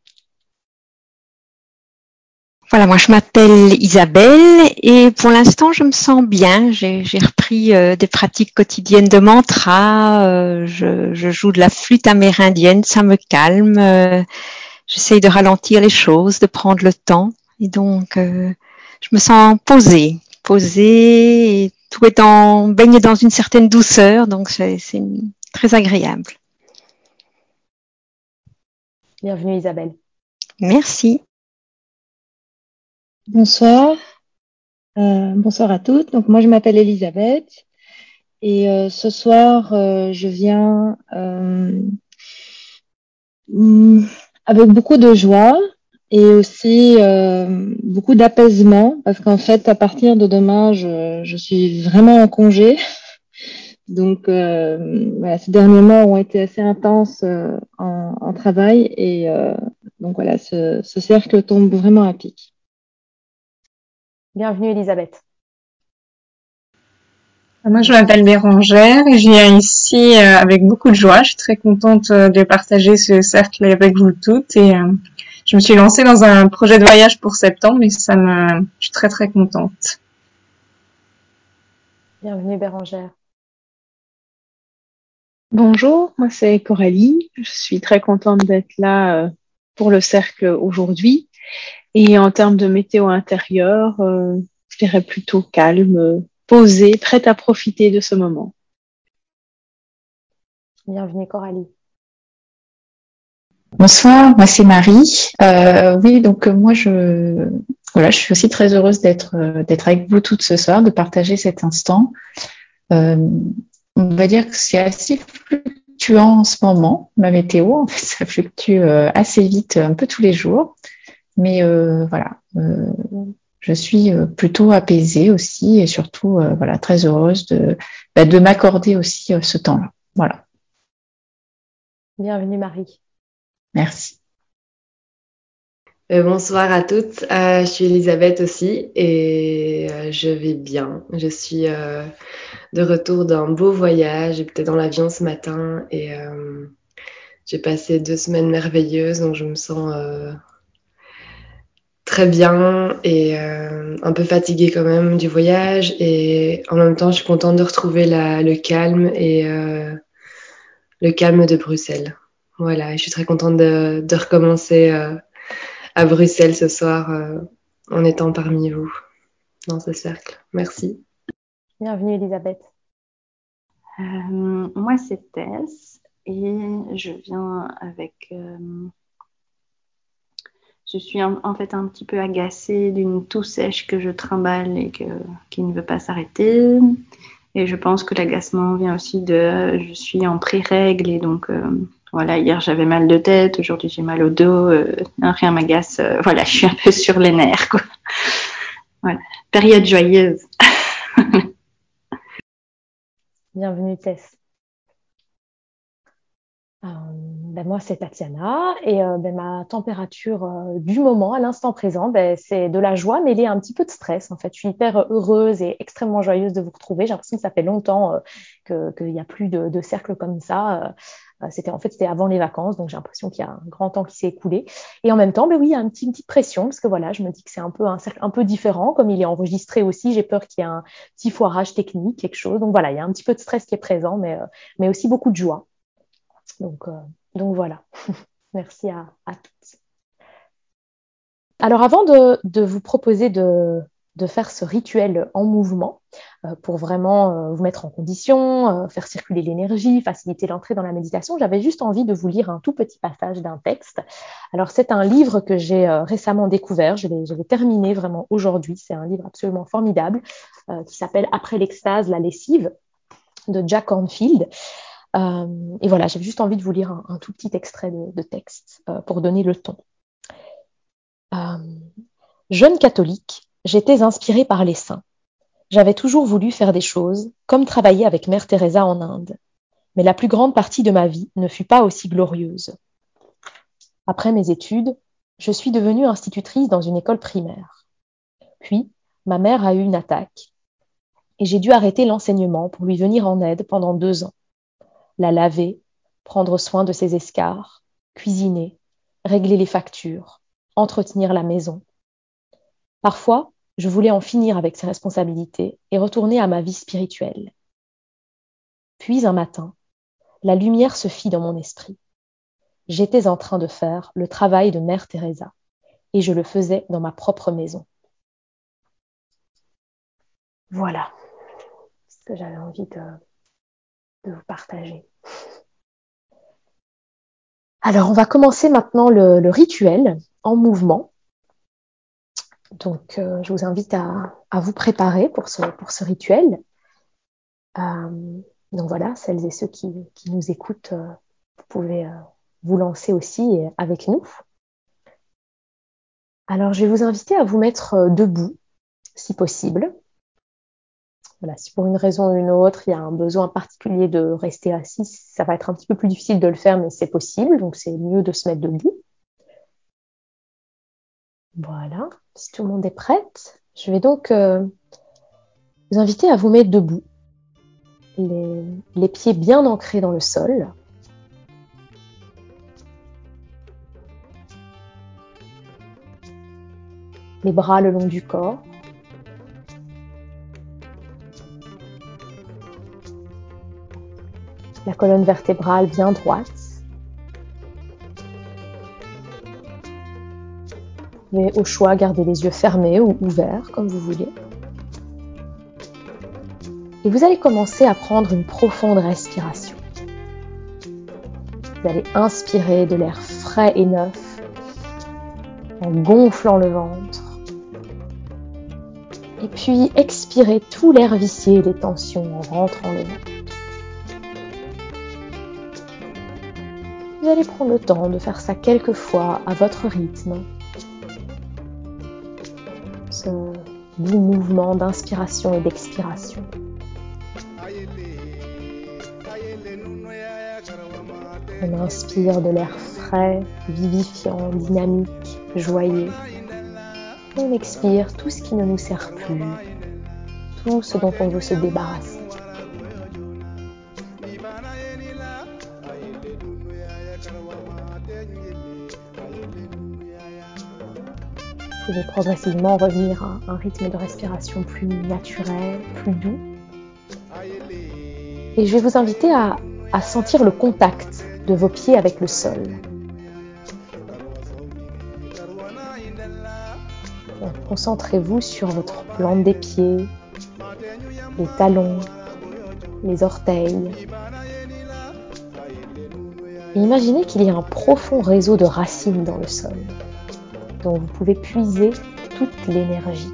Voilà, moi je m'appelle Isabelle et pour l'instant je me sens bien. J'ai, j'ai repris euh, des pratiques quotidiennes de mantra, euh, je, je joue de la flûte amérindienne, ça me calme. Euh, j'essaye de ralentir les choses, de prendre le temps et donc euh, je me sens posée, posée et tout est en, baigne dans une certaine douceur, donc c'est, c'est très agréable. Bienvenue Isabelle. Merci. Bonsoir, euh, bonsoir à toutes. Donc moi je m'appelle Elisabeth et euh, ce soir euh, je viens euh, mm, avec beaucoup de joie et aussi euh, beaucoup d'apaisement parce qu'en fait à partir de demain je, je suis vraiment en congé. Donc euh, voilà, ces derniers mois ont été assez intenses euh, en, en travail et euh, donc voilà, ce, ce cercle tombe vraiment à pic. Bienvenue Elisabeth. Moi, je m'appelle Bérangère et je viens ici euh, avec beaucoup de joie. Je suis très contente euh, de partager ce cercle avec vous toutes et euh, je me suis lancée dans un projet de voyage pour septembre et ça me, je suis très très contente. Bienvenue Bérangère. Bonjour, moi c'est Coralie. Je suis très contente d'être là euh, pour le cercle aujourd'hui. Et en termes de météo intérieure, euh, je dirais plutôt calme, euh, posée, prête à profiter de ce moment. Bienvenue Coralie. Bonsoir, moi c'est Marie. Euh, oui, donc euh, moi je voilà, je suis aussi très heureuse d'être euh, d'être avec vous toutes ce soir, de partager cet instant. Euh, on va dire que c'est assez fluctuant en ce moment, ma météo. En fait, ça fluctue euh, assez vite, un peu tous les jours. Mais euh, voilà, euh, je suis euh, plutôt apaisée aussi et surtout euh, voilà très heureuse de bah, de m'accorder aussi euh, ce temps-là. Voilà, Bienvenue Marie. merci. Euh, bonsoir à toutes, euh, je suis Elisabeth aussi et euh, je vais bien. Je suis euh, de retour d'un beau voyage, j'étais dans l'avion ce matin et euh, j'ai passé deux semaines merveilleuses, donc je me sens euh, très bien et euh, un peu fatiguée quand même du voyage. Et en même temps, je suis contente de retrouver la, le calme et euh, le calme de Bruxelles. Voilà, et je suis très contente de, de recommencer euh, à Bruxelles ce soir euh, en étant parmi vous dans ce cercle. Merci. Bienvenue Elisabeth. Euh, moi, c'est Tess et je viens avec... Euh, je suis en, en fait un petit peu agacée d'une toux sèche que je trimballe et que, qui ne veut pas s'arrêter. Et je pense que l'agacement vient aussi de... Je suis en pré-règle et donc... Euh, voilà, hier j'avais mal de tête, aujourd'hui j'ai mal au dos, euh, rien m'agace. Euh, voilà, je suis un peu sur les nerfs, quoi. Voilà, période joyeuse. Bienvenue Tess. Euh, ben moi, c'est Tatiana et euh, ben ma température euh, du moment, à l'instant présent, ben, c'est de la joie mêlée à un petit peu de stress. En fait, je suis hyper heureuse et extrêmement joyeuse de vous retrouver. J'ai l'impression que ça fait longtemps euh, que, qu'il n'y a plus de, de cercle comme ça. Euh, c'était en fait c'était avant les vacances, donc j'ai l'impression qu'il y a un grand temps qui s'est écoulé. Et en même temps, ben oui, il y a un petit, une petite pression parce que voilà, je me dis que c'est un peu un cercle un peu différent, comme il est enregistré aussi. J'ai peur qu'il y ait un petit foirage technique, quelque chose. Donc voilà, il y a un petit peu de stress qui est présent, mais euh, mais aussi beaucoup de joie. Donc, euh, donc voilà, merci à, à toutes. Alors avant de, de vous proposer de, de faire ce rituel en mouvement, euh, pour vraiment euh, vous mettre en condition, euh, faire circuler l'énergie, faciliter l'entrée dans la méditation, j'avais juste envie de vous lire un tout petit passage d'un texte. Alors c'est un livre que j'ai euh, récemment découvert, je l'ai, je l'ai terminé vraiment aujourd'hui, c'est un livre absolument formidable euh, qui s'appelle « Après l'extase, la lessive » de Jack Kornfield. Euh, et voilà, j'avais juste envie de vous lire un, un tout petit extrait de, de texte euh, pour donner le ton. Euh, Jeune catholique, j'étais inspirée par les saints. J'avais toujours voulu faire des choses, comme travailler avec Mère Teresa en Inde. Mais la plus grande partie de ma vie ne fut pas aussi glorieuse. Après mes études, je suis devenue institutrice dans une école primaire. Puis, ma mère a eu une attaque et j'ai dû arrêter l'enseignement pour lui venir en aide pendant deux ans. La laver, prendre soin de ses escarres, cuisiner, régler les factures, entretenir la maison. Parfois, je voulais en finir avec ces responsabilités et retourner à ma vie spirituelle. Puis un matin, la lumière se fit dans mon esprit. J'étais en train de faire le travail de Mère Teresa et je le faisais dans ma propre maison. Voilà ce que j'avais envie de, de vous partager. Alors, on va commencer maintenant le, le rituel en mouvement. Donc, euh, je vous invite à, à vous préparer pour ce, pour ce rituel. Euh, donc voilà, celles et ceux qui, qui nous écoutent, euh, vous pouvez euh, vous lancer aussi avec nous. Alors, je vais vous inviter à vous mettre euh, debout, si possible. Voilà, si pour une raison ou une autre, il y a un besoin particulier de rester assis, ça va être un petit peu plus difficile de le faire, mais c'est possible. Donc, c'est mieux de se mettre debout. Voilà, si tout le monde est prêt, je vais donc euh, vous inviter à vous mettre debout, les, les pieds bien ancrés dans le sol. Les bras le long du corps. La colonne vertébrale bien droite. Vous pouvez au choix garder les yeux fermés ou ouverts, comme vous voulez. Et vous allez commencer à prendre une profonde respiration. Vous allez inspirer de l'air frais et neuf en gonflant le ventre. Et puis expirer tout l'air vicié et les tensions en rentrant le ventre. Vous allez prendre le temps de faire ça quelques fois à votre rythme. Ce doux mouvement d'inspiration et d'expiration. On inspire de l'air frais, vivifiant, dynamique, joyeux. On expire tout ce qui ne nous sert plus, tout ce dont on veut se débarrasser. pouvez progressivement revenir à un rythme de respiration plus naturel, plus doux. Et je vais vous inviter à, à sentir le contact de vos pieds avec le sol. Donc, concentrez-vous sur votre plante des pieds, les talons, les orteils. Et imaginez qu'il y a un profond réseau de racines dans le sol, dont vous pouvez puiser toute l'énergie.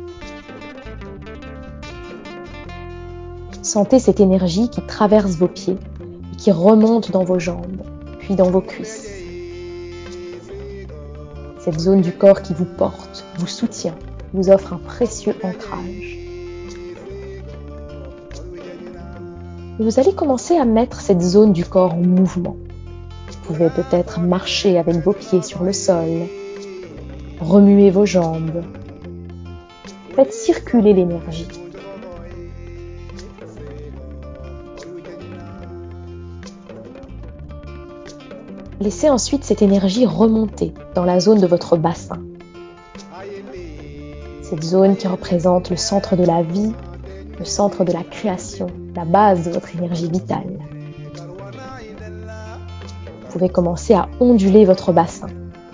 Sentez cette énergie qui traverse vos pieds et qui remonte dans vos jambes, puis dans vos cuisses. Cette zone du corps qui vous porte, vous soutient, vous offre un précieux ancrage. Et vous allez commencer à mettre cette zone du corps en mouvement. Vous pouvez peut-être marcher avec vos pieds sur le sol, remuer vos jambes. Faites circuler l'énergie. Laissez ensuite cette énergie remonter dans la zone de votre bassin. Cette zone qui représente le centre de la vie, le centre de la création, la base de votre énergie vitale. Vous pouvez commencer à onduler votre bassin.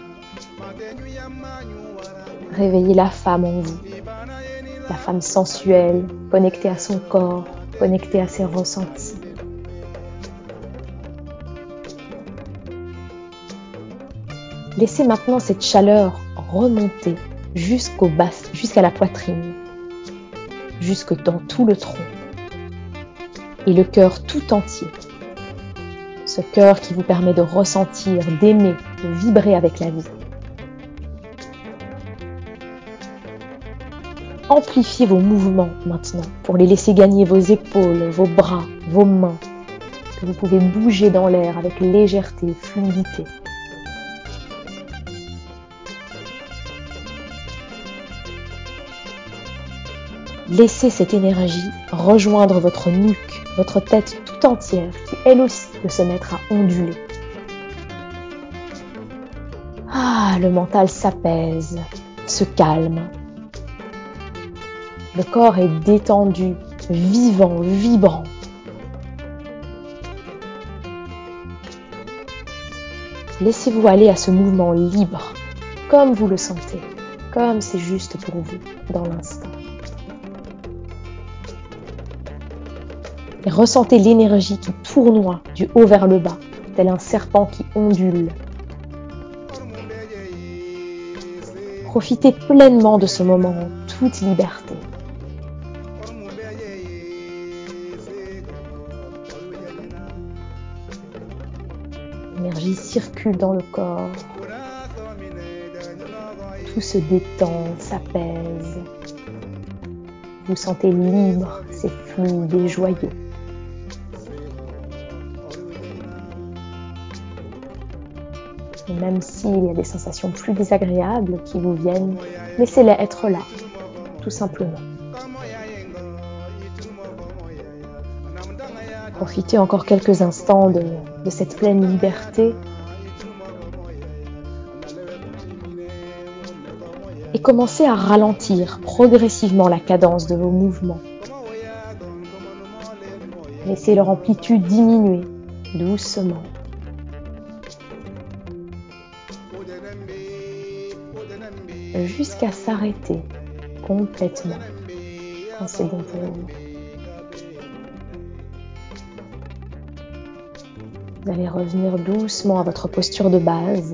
Réveillez la femme en vous, la femme sensuelle, connectée à son corps, connectée à ses ressentis. Laissez maintenant cette chaleur remonter jusqu'au bas, jusqu'à la poitrine, jusque dans tout le tronc et le cœur tout entier. Ce cœur qui vous permet de ressentir, d'aimer, de vibrer avec la vie. Amplifiez vos mouvements maintenant pour les laisser gagner vos épaules, vos bras, vos mains, que vous pouvez bouger dans l'air avec légèreté et fluidité. Laissez cette énergie rejoindre votre nuque, votre tête tout entière qui elle aussi peut se mettre à onduler. Ah, le mental s'apaise, se calme. Le corps est détendu, vivant, vibrant. Laissez-vous aller à ce mouvement libre, comme vous le sentez, comme c'est juste pour vous, dans l'instant. Et ressentez l'énergie qui tournoie du haut vers le bas, tel un serpent qui ondule. Profitez pleinement de ce moment en toute liberté. L'énergie circule dans le corps. Tout se détend, s'apaise. Vous vous sentez libre, c'est fluide et joyeux. Et même s'il y a des sensations plus désagréables qui vous viennent, laissez-les être là, tout simplement. Profitez encore quelques instants de, de cette pleine liberté et commencez à ralentir progressivement la cadence de vos mouvements. Laissez leur amplitude diminuer doucement. Jusqu'à s'arrêter complètement quand c'est bon pour vous. Vous allez revenir doucement à votre posture de base,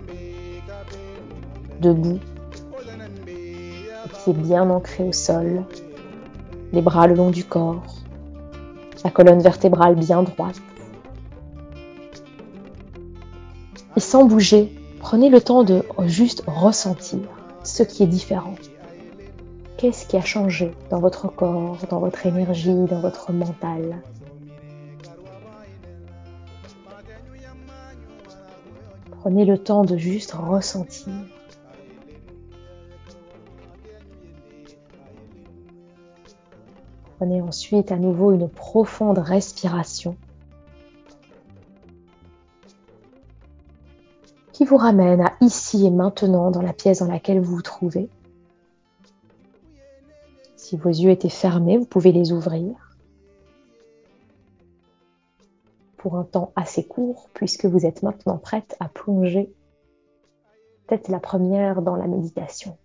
debout, les pieds bien ancrés au sol, les bras le long du corps, la colonne vertébrale bien droite. Et sans bouger, prenez le temps de juste ressentir ce qui est différent. Qu'est-ce qui a changé dans votre corps, dans votre énergie, dans votre mental ? Prenez le temps de juste ressentir. Prenez ensuite à nouveau une profonde respiration qui vous ramène à ici et maintenant dans la pièce dans laquelle vous vous trouvez, Si vos yeux étaient fermés, vous pouvez les ouvrir pour un temps assez court, puisque vous êtes maintenant prête à plonger, peut-être la première dans la méditation.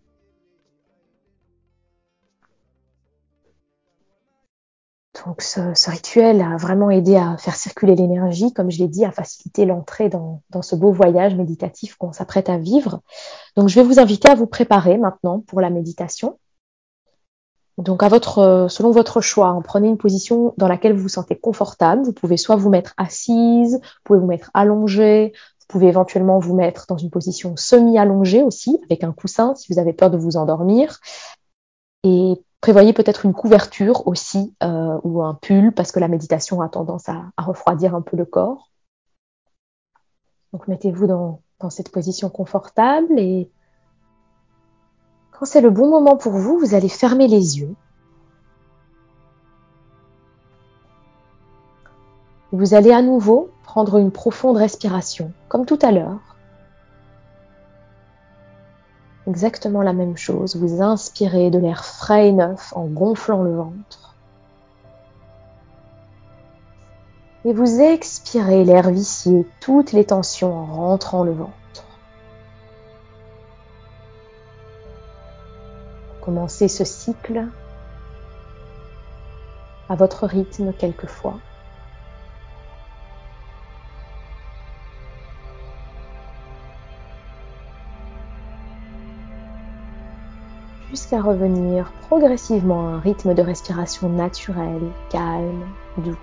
Donc ce, ce rituel a vraiment aidé à faire circuler l'énergie, comme je l'ai dit, à faciliter l'entrée dans, dans ce beau voyage méditatif qu'on s'apprête à vivre. Donc je vais vous inviter à vous préparer maintenant pour la méditation. Donc à votre, selon votre choix, hein, prenez une position dans laquelle vous vous sentez confortable. Vous pouvez soit vous mettre assise, vous pouvez vous mettre allongée, vous pouvez éventuellement vous mettre dans une position semi-allongée aussi, avec un coussin si vous avez peur de vous endormir. Et prévoyez peut-être une couverture aussi euh, ou un pull parce que la méditation a tendance à, à refroidir un peu le corps. Donc mettez-vous dans, dans cette position confortable et quand c'est le bon moment pour vous, vous allez fermer les yeux. Vous allez à nouveau prendre une profonde respiration, comme tout à l'heure. Exactement la même chose, vous inspirez de l'air frais et neuf en gonflant le ventre. Et vous expirez l'air vicié, toutes les tensions en rentrant le ventre. Commencez ce cycle à votre rythme quelquefois. Jusqu'à revenir progressivement à un rythme de respiration naturel, calme, doux.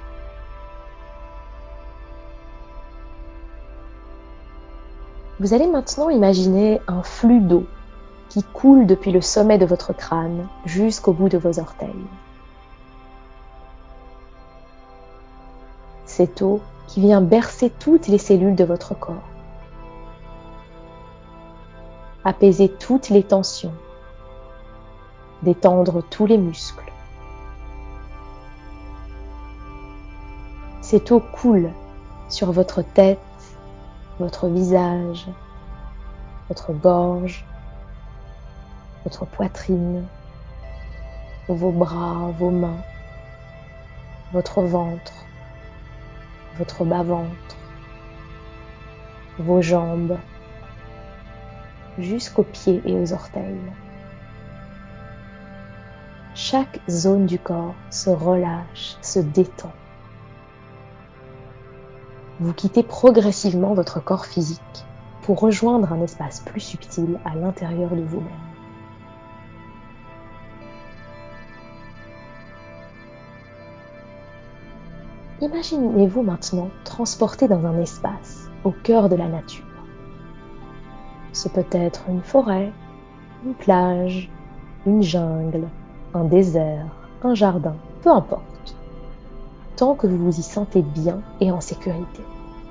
Vous allez maintenant imaginer un flux d'eau qui coule depuis le sommet de votre crâne jusqu'au bout de vos orteils. Cette eau qui vient bercer toutes les cellules de votre corps, apaiser toutes les tensions, détendre tous les muscles. Cette eau coule sur votre tête, votre visage, votre gorge, votre poitrine, vos bras, vos mains, votre ventre, votre bas-ventre, vos jambes, jusqu'aux pieds et aux orteils. Chaque zone du corps se relâche, se détend. Vous quittez progressivement votre corps physique pour rejoindre un espace plus subtil à l'intérieur de vous-même. Imaginez-vous maintenant transporté dans un espace au cœur de la nature. Ce peut être une forêt, une plage, une jungle, un désert, un jardin, peu importe, tant que vous vous y sentez bien et en sécurité.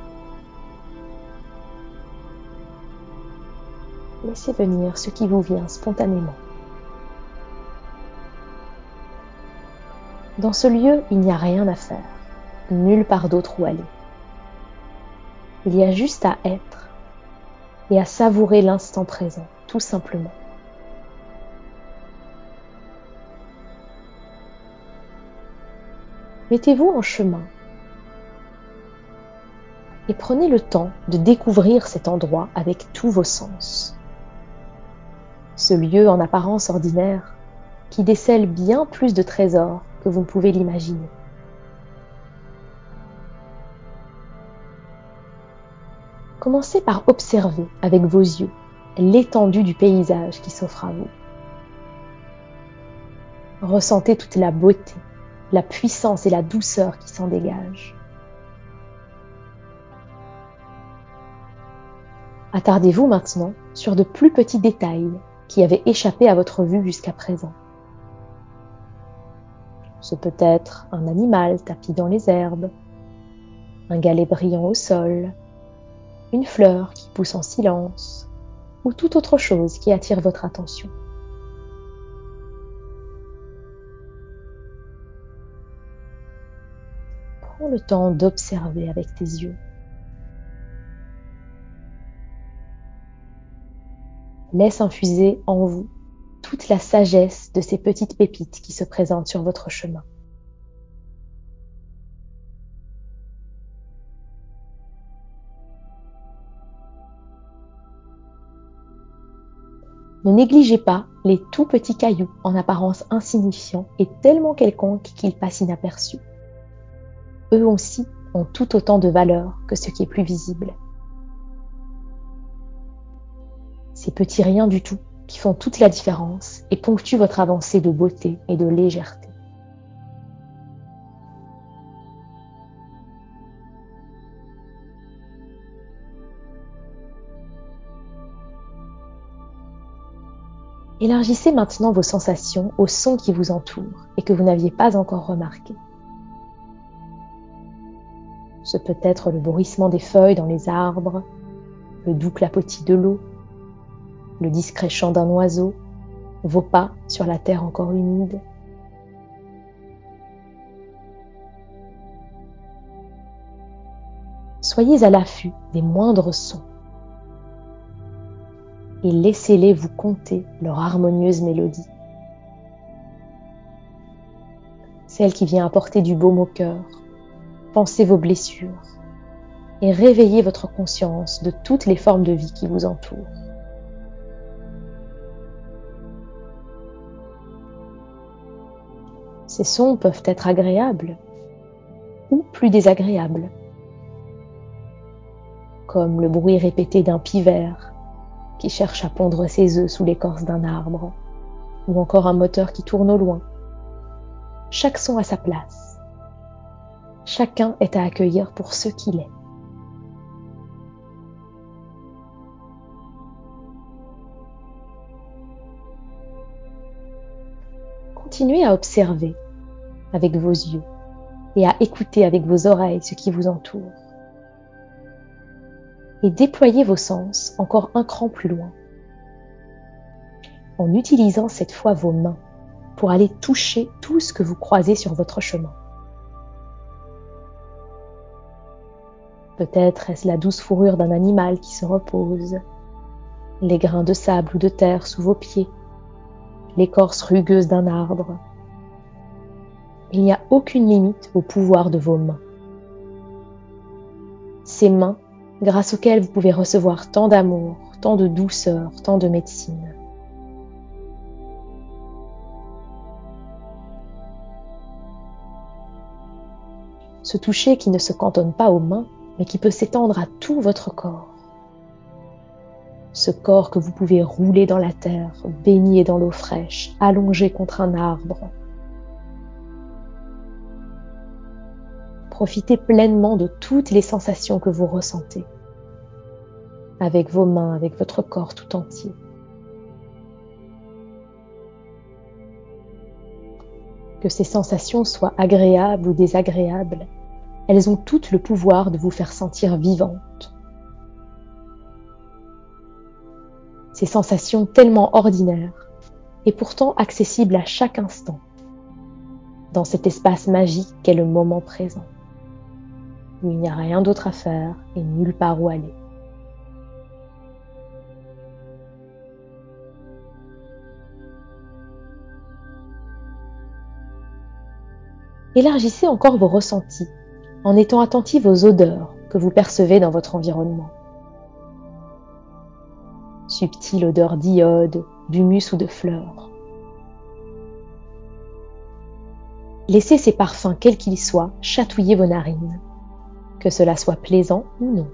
Laissez venir ce qui vous vient spontanément. Dans ce lieu, il n'y a rien à faire, nulle part d'autre où aller. Il y a juste à être et à savourer l'instant présent, tout simplement. Mettez-vous en chemin et prenez le temps de découvrir cet endroit avec tous vos sens. Ce lieu en apparence ordinaire qui décèle bien plus de trésors que vous ne pouvez l'imaginer. Commencez par observer avec vos yeux l'étendue du paysage qui s'offre à vous. Ressentez toute la beauté, la puissance et la douceur qui s'en dégagent. Attardez-vous maintenant sur de plus petits détails qui avaient échappé à votre vue jusqu'à présent. Ce peut être un animal tapi dans les herbes, un galet brillant au sol, une fleur qui pousse en silence ou toute autre chose qui attire votre attention. Prends le temps d'observer avec tes yeux. Laisse infuser en vous toute la sagesse de ces petites pépites qui se présentent sur votre chemin. Ne négligez pas les tout petits cailloux en apparence insignifiants et tellement quelconques qu'ils passent inaperçus. Eux aussi ont tout autant de valeur que ce qui est plus visible. Ces petits riens du tout qui font toute la différence et ponctuent votre avancée de beauté et de légèreté. Élargissez maintenant vos sensations aux sons qui vous entourent et que vous n'aviez pas encore remarqués. Ce peut être le bruissement des feuilles dans les arbres, le doux clapotis de l'eau, le discret chant d'un oiseau, vos pas sur la terre encore humide. Soyez à l'affût des moindres sons et laissez-les vous conter leur harmonieuse mélodie. Celle qui vient apporter du baume au cœur, panser vos blessures et réveiller votre conscience de toutes les formes de vie qui vous entourent. Ces sons peuvent être agréables ou plus désagréables, comme le bruit répété d'un pivert qui cherche à pondre ses œufs sous l'écorce d'un arbre, ou encore un moteur qui tourne au loin. Chaque son a sa place. Chacun est à accueillir pour ce qu'il est. Continuez à observer avec vos yeux et à écouter avec vos oreilles ce qui vous entoure. Et déployez vos sens encore un cran plus loin, en utilisant cette fois vos mains pour aller toucher tout ce que vous croisez sur votre chemin. Peut-être est-ce la douce fourrure d'un animal qui se repose, les grains de sable ou de terre sous vos pieds, l'écorce rugueuse d'un arbre. Il n'y a aucune limite au pouvoir de vos mains. Ces mains grâce auxquelles vous pouvez recevoir tant d'amour, tant de douceur, tant de médecine. Ce toucher qui ne se cantonne pas aux mains, mais qui peut s'étendre à tout votre corps. Ce corps que vous pouvez rouler dans la terre, baigner dans l'eau fraîche, allongé contre un arbre. Profitez pleinement de toutes les sensations que vous ressentez, avec vos mains, avec votre corps tout entier. Que ces sensations soient agréables ou désagréables, elles ont toutes le pouvoir de vous faire sentir vivante. Ces sensations tellement ordinaires et pourtant accessibles à chaque instant, dans cet espace magique qu'est le moment présent, où il n'y a rien d'autre à faire et nulle part où aller. Élargissez encore vos ressentis en étant attentif aux odeurs que vous percevez dans votre environnement. Subtile odeur d'iode, d'humus ou de fleurs. Laissez ces parfums, quels qu'ils soient, chatouiller vos narines, que cela soit plaisant ou non.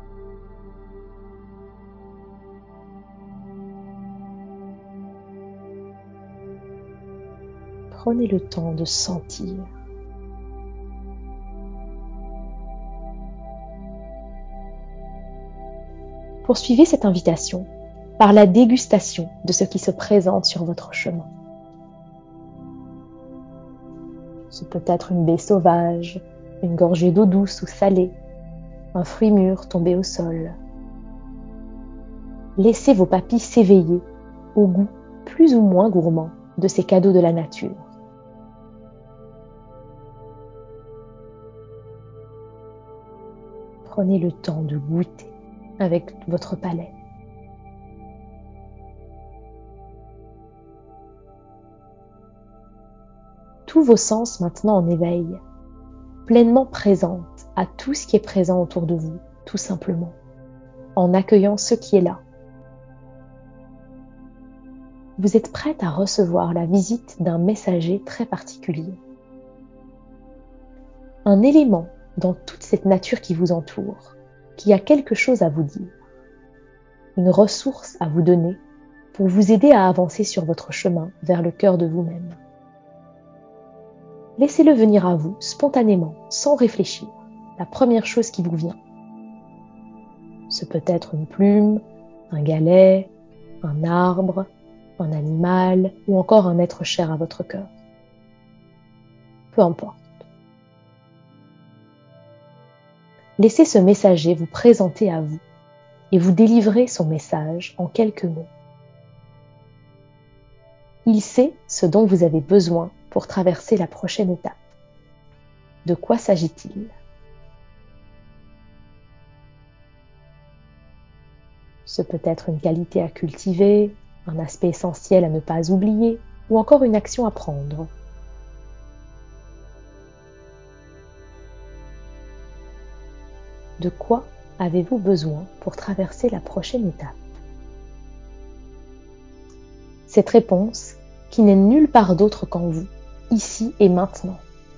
Prenez le temps de sentir. Poursuivez cette invitation par la dégustation de ce qui se présente sur votre chemin. Ce peut être une baie sauvage, une gorgée d'eau douce ou salée, un fruit mûr tombé au sol. Laissez vos papilles s'éveiller au goût plus ou moins gourmand de ces cadeaux de la nature. Prenez le temps de goûter avec votre palais. tous vos sens maintenant en éveil, pleinement présente à tout ce qui est présent autour de vous, tout simplement, en accueillant ce qui est là. Vous êtes prête à recevoir la visite d'un messager très particulier. Un élément dans toute cette nature qui vous entoure, qui a quelque chose à vous dire. Une ressource à vous donner pour vous aider à avancer sur votre chemin vers le cœur de vous-même. Laissez-le venir à vous spontanément, sans réfléchir, la première chose qui vous vient. Ce peut être une plume, un galet, un arbre, un animal ou encore un être cher à votre cœur. Peu importe. Laissez ce messager vous présenter à vous et vous délivrer son message en quelques mots. Il sait ce dont vous avez besoin pour traverser la prochaine étape. De quoi s'agit-il ? Ce peut être une qualité à cultiver, un aspect essentiel à ne pas oublier ou encore une action à prendre. De quoi avez-vous besoin pour traverser la prochaine étape ? Cette réponse, qui n'est nulle part d'autre qu'en vous, ici et maintenant.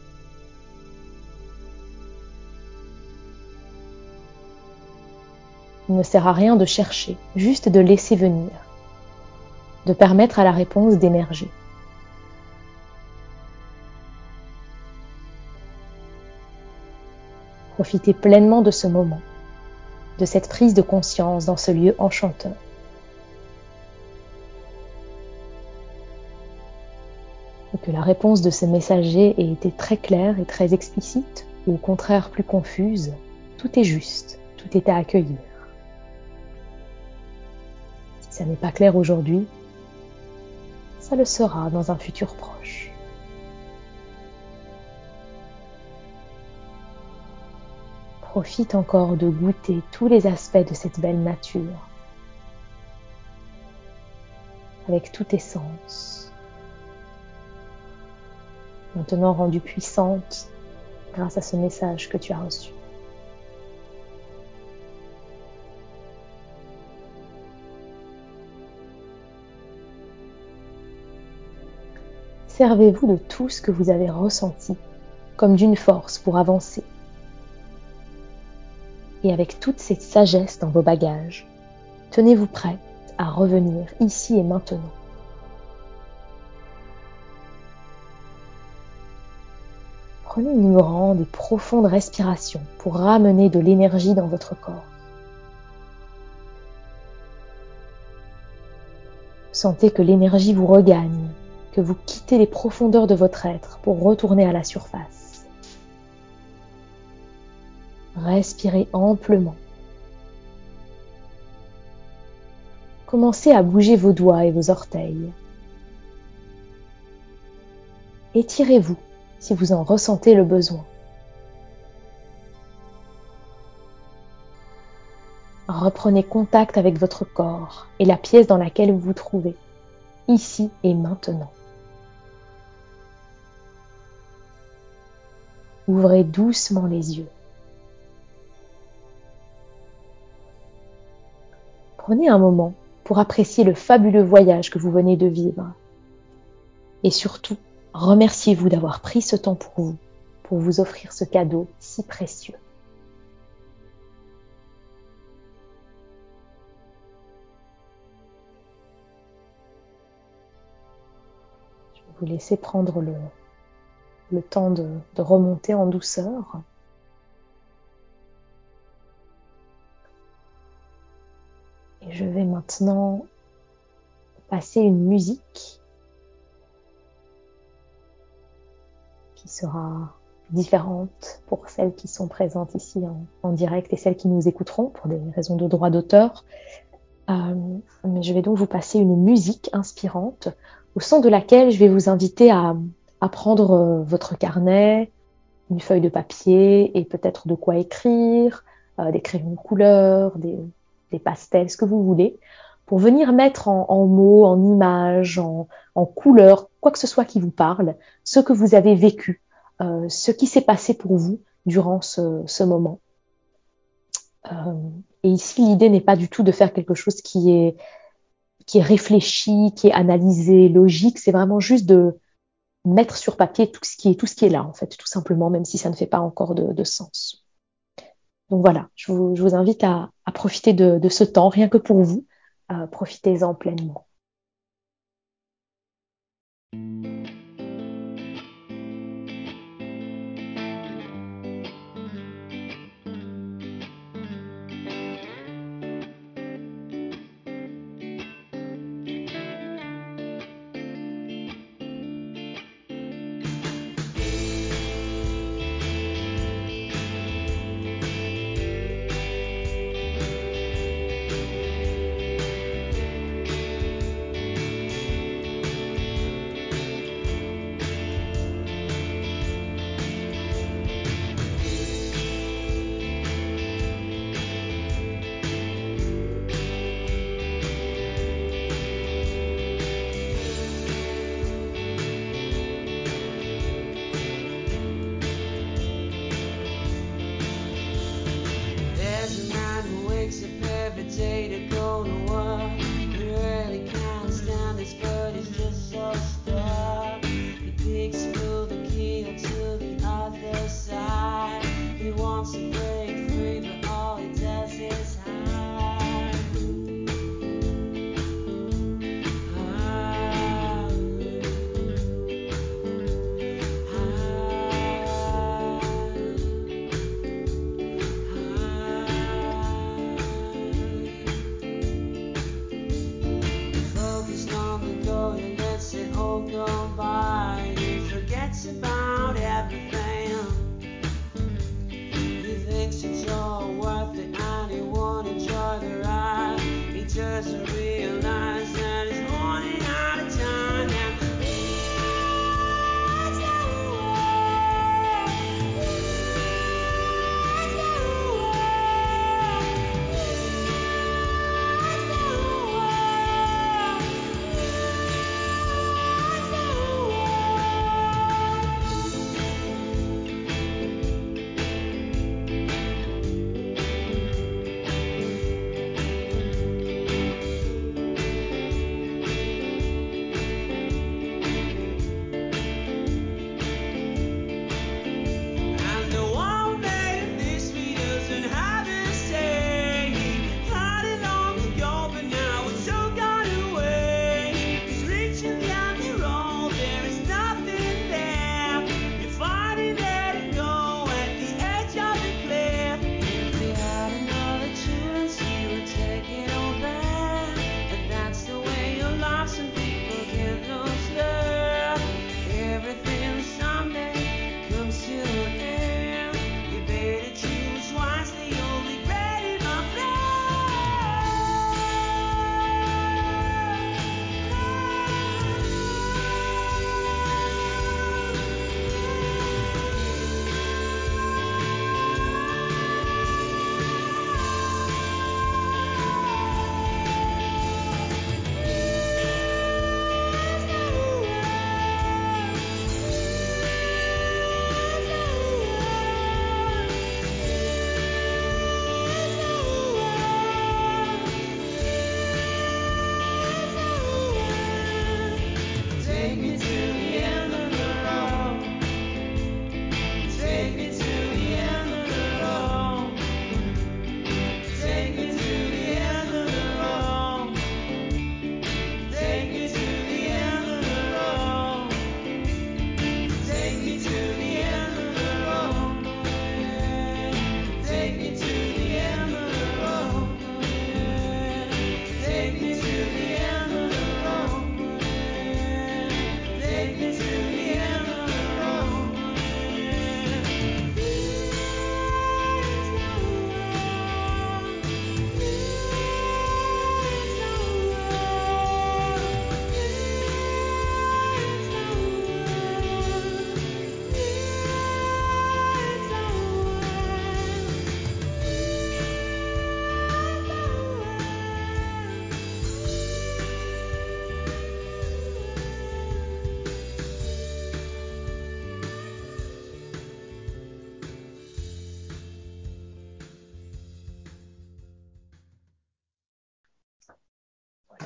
Il ne sert à rien de chercher, juste de laisser venir, de permettre à la réponse d'émerger. Profitez pleinement de ce moment, de cette prise de conscience dans ce lieu enchanteur. Et que la réponse de ce messager ait été très claire et très explicite, ou au contraire plus confuse, tout est juste, tout est à accueillir. Si ça n'est pas clair aujourd'hui, ça le sera dans un futur proche. Profite encore de goûter tous les aspects de cette belle nature, avec tous tes sens. Maintenant rendue puissante grâce à ce message que tu as reçu. Servez-vous de tout ce que vous avez ressenti comme d'une force pour avancer. Et avec toute cette sagesse dans vos bagages, tenez-vous prête à revenir ici et maintenant. Prenez une grande et profonde respiration pour ramener de l'énergie dans votre corps. Sentez que l'énergie vous regagne, que vous quittez les profondeurs de votre être pour retourner à la surface. Respirez amplement. Commencez à bouger vos doigts et vos orteils. Étirez-vous si vous en ressentez le besoin. Reprenez contact avec votre corps et la pièce dans laquelle vous vous trouvez, ici et maintenant. Ouvrez doucement les yeux. Prenez un moment pour apprécier le fabuleux voyage que vous venez de vivre. Et surtout, remerciez-vous d'avoir pris ce temps pour vous, pour vous offrir ce cadeau si précieux. Je vais vous laisser prendre le, le temps de, de remonter en douceur. Et je vais maintenant passer une musique qui sera différente pour celles qui sont présentes ici en, en direct et celles qui nous écouteront pour des raisons de droit d'auteur. Euh, mais je vais donc vous passer une musique inspirante au son de laquelle je vais vous inviter à, à prendre euh, votre carnet, une feuille de papier et peut-être de quoi écrire, euh, des crayons de couleur, des, des pastels, ce que vous voulez, pour venir mettre en, en mots, en images, en, en couleurs, quoi que ce soit qui vous parle, ce que vous avez vécu, euh, ce qui s'est passé pour vous durant ce, ce moment. Euh, et ici, l'idée n'est pas du tout de faire quelque chose qui est, qui est réfléchi, qui est analysé, logique. C'est vraiment juste de mettre sur papier tout ce qui est, tout ce qui est là, en fait, tout simplement, même si ça ne fait pas encore de, de sens. Donc voilà, je vous, je vous invite à, à profiter de, de ce temps, rien que pour vous. Euh, profitez-en pleinement.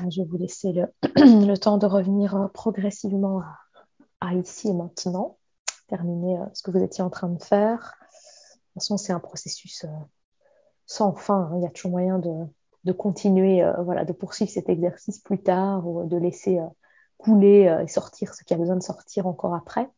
je vais vous laisser le, le temps de revenir euh, progressivement à, à ici et maintenant, terminer euh, ce que vous étiez en train de faire. De toute façon, c'est un processus euh, sans fin, hein. Il y a toujours moyen de, de continuer, euh, voilà, de poursuivre cet exercice plus tard ou de laisser euh, couler euh, et sortir ce qui a besoin de sortir encore après.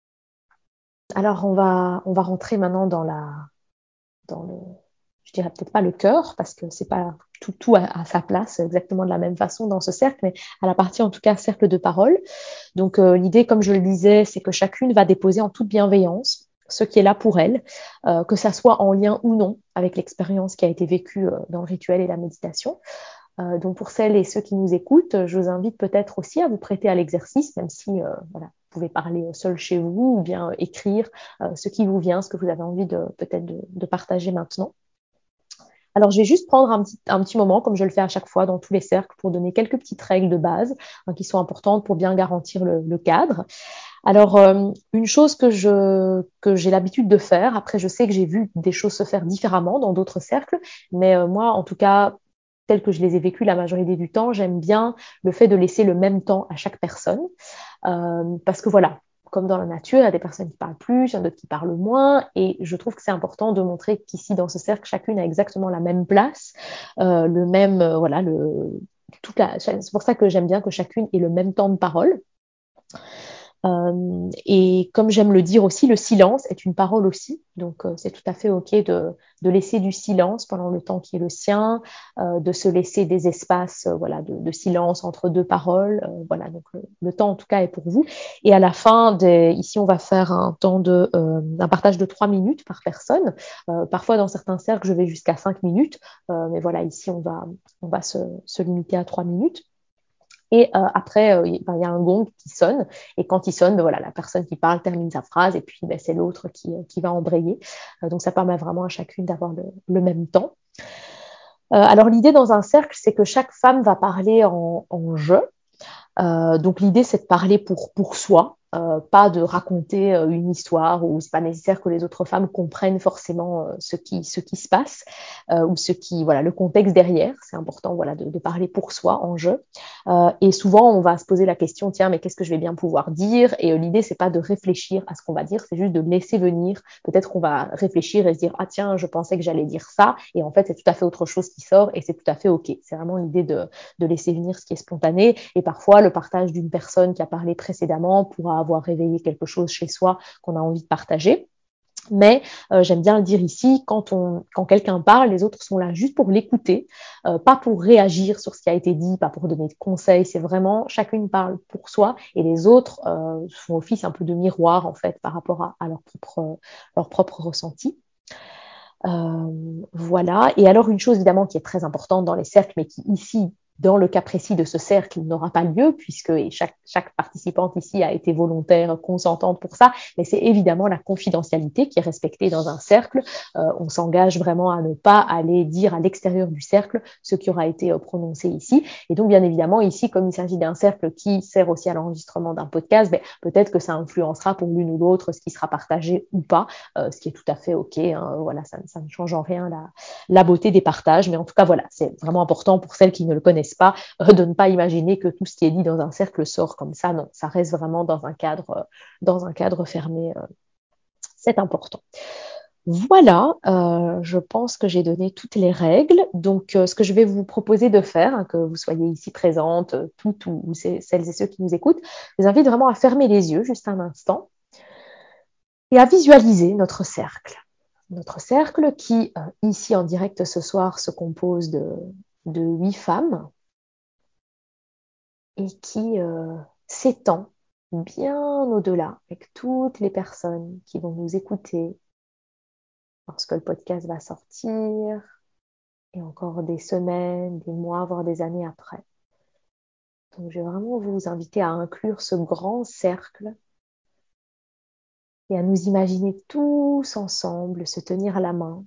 Alors, on va, on va rentrer maintenant dans la, dans le, je dirais peut-être pas le cœur, parce que c'est pas tout, tout à, à sa place exactement de la même façon dans ce cercle, mais à la partie en tout cas cercle de parole. Donc euh, l'idée, comme je le disais, c'est que chacune va déposer en toute bienveillance ce qui est là pour elle, euh, que ça soit en lien ou non avec l'expérience qui a été vécue euh, dans le rituel et la méditation. Euh, donc pour celles et ceux qui nous écoutent, je vous invite peut-être aussi à vous prêter à l'exercice, même si euh, voilà, vous pouvez parler seul chez vous ou bien euh, écrire euh, ce qui vous vient, ce que vous avez envie de peut-être de, de partager maintenant. Alors, je vais juste prendre un petit, un petit moment, comme je le fais à chaque fois dans tous les cercles, pour donner quelques petites règles de base hein, qui sont importantes pour bien garantir le, le cadre. Alors, euh, une chose que je que j'ai l'habitude de faire, après je sais que j'ai vu des choses se faire différemment dans d'autres cercles, mais euh, moi, en tout cas, tel que je les ai vécues la majorité du temps, j'aime bien le fait de laisser le même temps à chaque personne, euh, parce que voilà, comme dans la nature, il y a des personnes qui parlent plus, il y en a d'autres qui parlent moins, et je trouve que c'est important de montrer qu'ici, dans ce cercle, chacune a exactement la même place, euh, le même, euh, voilà, le, toute la, c'est pour ça que j'aime bien que chacune ait le même temps de parole. Euh, et comme j'aime le dire aussi, le silence est une parole aussi. Donc, euh, c'est tout à fait OK de, de laisser du silence pendant le temps qui est le sien, euh, de se laisser des espaces euh, voilà, de, de silence entre deux paroles. Euh, voilà, donc le, le temps en tout cas est pour vous. Et à la fin, des, ici, on va faire un temps de, euh, un partage de trois minutes par personne. Euh, parfois, dans certains cercles, je vais jusqu'à cinq minutes. Euh, mais voilà, ici, on va, on va se, se limiter à trois minutes. Et euh, après, euh, il ben, y a un gong qui sonne. Et quand il sonne, ben, voilà, la personne qui parle termine sa phrase et puis ben, c'est l'autre qui, qui va embrayer. Euh, donc ça permet vraiment à chacune d'avoir le, le même temps. Euh, alors l'idée dans un cercle, c'est que chaque femme va parler en, en je. Euh, donc l'idée, c'est de parler pour, pour soi, euh, pas de raconter euh, une histoire où c'est pas nécessaire que les autres femmes comprennent forcément euh, ce qui, ce qui se passe euh, ou ce qui, voilà, le contexte derrière. C'est important, voilà, de, de parler pour soi en jeu. Euh, et souvent, on va se poser la question, tiens, mais qu'est-ce que je vais bien pouvoir dire? Et euh, l'idée, c'est pas de réfléchir à ce qu'on va dire, c'est juste de laisser venir. Peut-être qu'on va réfléchir et se dire, ah tiens, je pensais que j'allais dire ça, et en fait, c'est tout à fait autre chose qui sort, et c'est tout à fait ok. C'est vraiment l'idée de, de laisser venir ce qui est spontané. Et parfois, le partage d'une personne qui a parlé précédemment pourra avoir réveillé quelque chose chez soi qu'on a envie de partager. Mais euh, j'aime bien le dire ici, quand, on, quand quelqu'un parle, les autres sont là juste pour l'écouter, euh, pas pour réagir sur ce qui a été dit, pas pour donner de conseils. C'est vraiment chacune parle pour soi et les autres euh, font office un peu de miroir en fait par rapport à, à leur propre leur propre ressenti. Euh, voilà. Et alors une chose évidemment qui est très importante dans les cercles, mais qui ici dans le cas précis de ce cercle, il n'aura pas lieu puisque chaque, chaque participante ici a été volontaire, consentante pour ça, mais c'est évidemment la confidentialité qui est respectée dans un cercle. Euh, on s'engage vraiment à ne pas aller dire à l'extérieur du cercle ce qui aura été euh, prononcé ici. Et donc, bien évidemment, ici, comme il s'agit d'un cercle qui sert aussi à l'enregistrement d'un podcast, ben, peut-être que ça influencera pour l'une ou l'autre ce qui sera partagé ou pas, euh, ce qui est tout à fait OK. Hein. Voilà, ça, ça ne change en rien la, la beauté des partages, mais en tout cas, voilà, c'est vraiment important pour celles qui ne le connaissent pas, euh, de ne pas imaginer que tout ce qui est dit dans un cercle sort comme ça. Non, ça reste vraiment dans un cadre, euh, dans un cadre fermé. Euh, c'est important. Voilà, euh, je pense que j'ai donné toutes les règles. Donc, euh, ce que je vais vous proposer de faire, hein, que vous soyez ici présentes, euh, toutes ou, ou celles et ceux qui nous écoutent, je vous invite vraiment à fermer les yeux juste un instant et à visualiser notre cercle. Notre cercle qui, euh, ici en direct ce soir, se compose de, de huit femmes et qui euh, s'étend bien au-delà avec toutes les personnes qui vont nous écouter lorsque le podcast va sortir et encore des semaines, des mois, voire des années après. Donc je vais vraiment vous inviter à inclure ce grand cercle et à nous imaginer tous ensemble se tenir la main.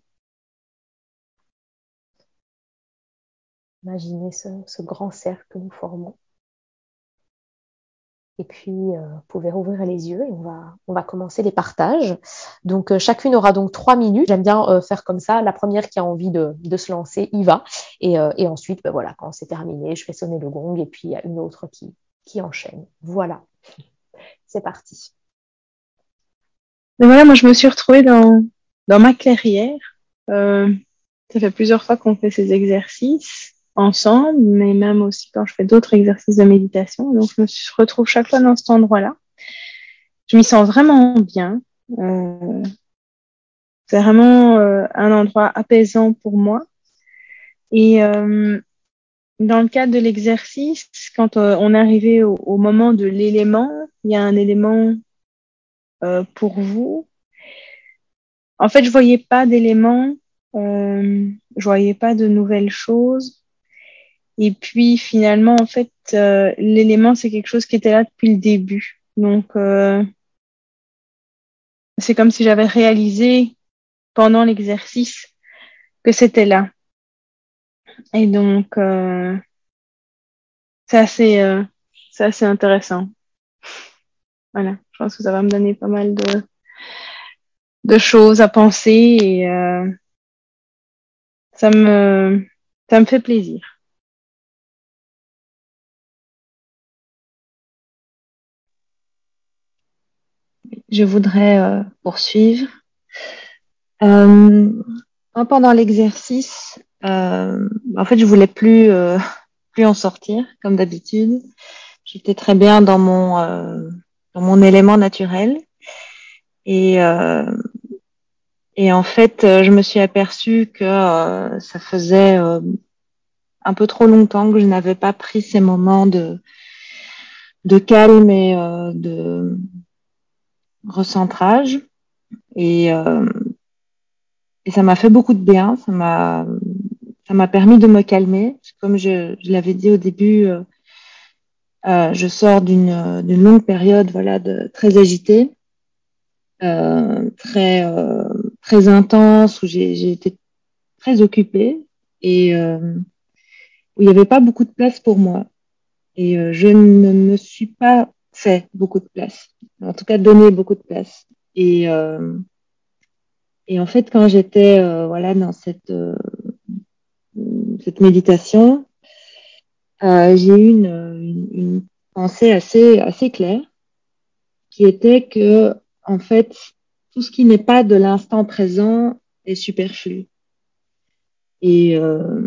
Imaginez ce, ce grand cercle que nous formons. Et puis, euh, vous pouvez rouvrir les yeux et on va, on va commencer les partages. Donc, euh, chacune aura donc trois minutes. J'aime bien euh, faire comme ça. La première qui a envie de, de se lancer, y va. Et, euh, et ensuite, ben voilà, quand c'est terminé, je fais sonner le gong et puis il y a une autre qui, qui enchaîne. Voilà, c'est parti. Mais voilà, moi je me suis retrouvée dans, dans ma clairière. Euh, ça fait plusieurs fois qu'on fait ces exercices ensemble, mais même aussi quand je fais d'autres exercices de méditation. Donc je me suis- je retrouve chaque fois dans cet endroit-là. Je m'y sens vraiment bien. Euh, c'est vraiment euh, un endroit apaisant pour moi. Et euh, dans le cadre de l'exercice, quand euh, on est arrivé au, au moment de l'élément, il y a un élément euh, pour vous. En fait, je voyais pas d'éléments, euh, je voyais pas de nouvelles choses. Et puis finalement, en fait, euh, l'élément, c'est quelque chose qui était là depuis le début. Donc, euh, c'est comme si j'avais réalisé pendant l'exercice que c'était là. Et donc, euh, c'est assez, euh, c'est assez intéressant. Voilà, je pense que ça va me donner pas mal de, de choses à penser et euh, ça me, ça me fait plaisir. Je voudrais euh, poursuivre. Euh, pendant l'exercice, euh, en fait, je voulais plus, euh, plus en sortir comme d'habitude. J'étais très bien dans mon, euh, dans mon élément naturel et euh, et en fait, je me suis aperçue que euh, ça faisait euh, un peu trop longtemps que je n'avais pas pris ces moments de de calme et euh, de recentrage et euh, et ça m'a fait beaucoup de bien. Ça m'a ça m'a permis de me calmer. Comme je, je l'avais dit au début, euh, euh, je sors d'une d'une longue période, voilà, de très agitée, euh, très euh, très intense, où j'ai j'ai été très occupée et euh, où il n'y avait pas beaucoup de place pour moi. Et euh, je ne me suis pas fait beaucoup de place, en tout cas donné beaucoup de place. Et euh, et en fait, quand j'étais euh, voilà dans cette euh, cette méditation, euh, j'ai eu une, une, une pensée assez assez claire qui était que en fait tout ce qui n'est pas de l'instant présent est superflu. Et euh,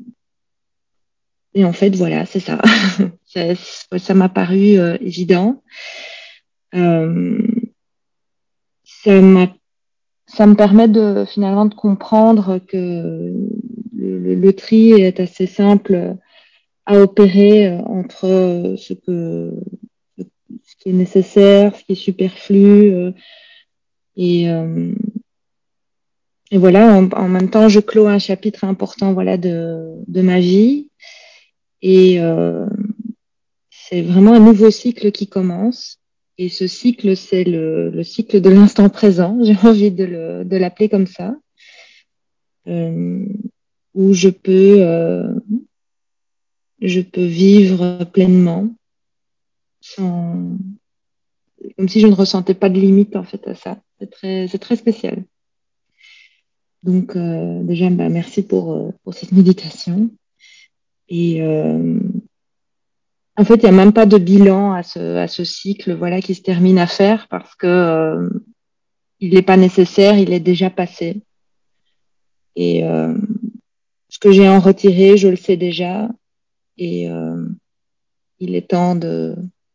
et en fait voilà, c'est ça. ça ça m'a paru euh, évident. Euh, ça m'a ça me permet de finalement de comprendre que le, le, le tri est assez simple à opérer entre ce que ce qui est nécessaire, ce qui est superflu euh, et euh, et voilà, en, en même temps, je clôt un chapitre important, voilà, de, de ma vie, et euh, c'est vraiment un nouveau cycle qui commence. Et ce cycle, c'est le, le cycle de l'instant présent. J'ai envie de le, de l'appeler comme ça, euh, où je peux, euh, je peux vivre pleinement, sans, comme si je ne ressentais pas de limite en fait à ça. C'est très, c'est très spécial. Donc euh, déjà, bah, merci pour euh, pour cette méditation. Et euh, en fait, il n'y a même pas de bilan à ce, à ce cycle, voilà, qui se termine à faire parce que euh, il n'est pas nécessaire, il est déjà passé. Et euh, ce que j'ai à en retirer, je le sais déjà. Et euh, il est temps de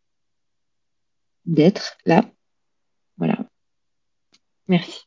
d'être là. Voilà. Merci.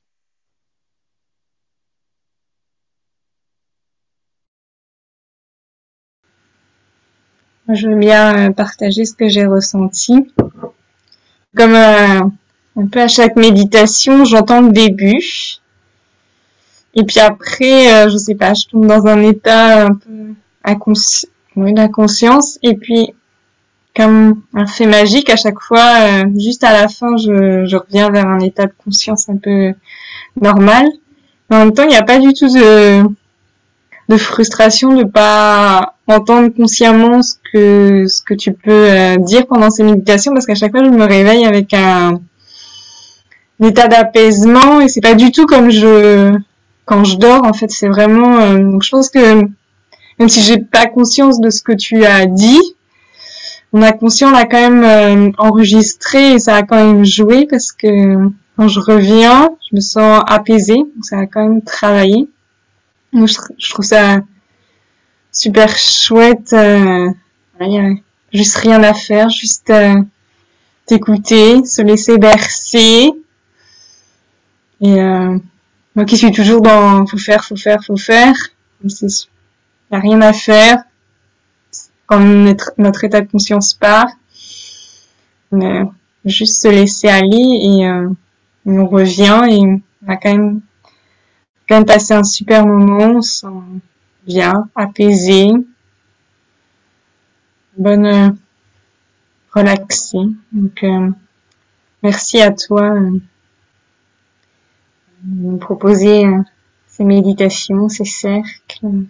Je veux bien partager ce que j'ai ressenti. Comme euh, un peu à chaque méditation, j'entends le début. Et puis après, euh, je sais pas, je tombe dans un état un peu inconsci... oui, d'inconscience. Et puis, comme un fait magique, à chaque fois, euh, juste à la fin, je, je reviens vers un état de conscience un peu normal. Mais en même temps, il n'y a pas du tout de, de frustration de pas entendre consciemment ce que ce que tu peux euh, dire pendant ces méditations, parce qu'à chaque fois je me réveille avec un, un état d'apaisement et c'est pas du tout comme je quand je dors en fait, c'est vraiment euh, donc je pense que même si j'ai pas conscience de ce que tu as dit, mon inconscient l'a quand même euh, enregistré et ça a quand même joué, parce que quand je reviens, je me sens apaisée, donc ça a quand même travaillé. Donc je, je trouve ça super chouette. Euh, il y a juste rien à faire, juste euh, t'écouter, se laisser bercer. Et euh, moi qui suis toujours dans faut faire, faut faire, faut faire, il y a rien à faire quand notre, notre état de conscience part. Mais juste se laisser aller et euh, on revient et on a quand même quand même passé un super moment, on se sent bien, apaisé, bonne euh, relaxé. Donc euh, merci à toi euh, de me proposer euh, ces méditations, ces cercles.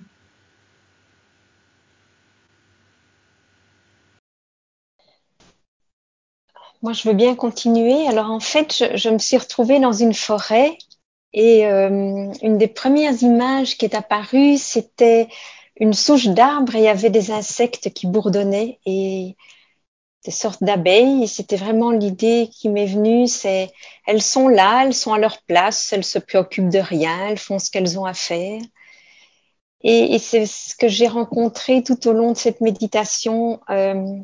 Moi, je veux bien continuer. Alors, en fait, je, je me suis retrouvée dans une forêt et euh, une des premières images qui est apparue, c'était une souche d'arbre et il y avait des insectes qui bourdonnaient et des sortes d'abeilles. Et c'était vraiment l'idée qui m'est venue, c'est elles sont là, elles sont à leur place, elles se préoccupent de rien, elles font ce qu'elles ont à faire. Et, et c'est ce que j'ai rencontré tout au long de cette méditation. Euh,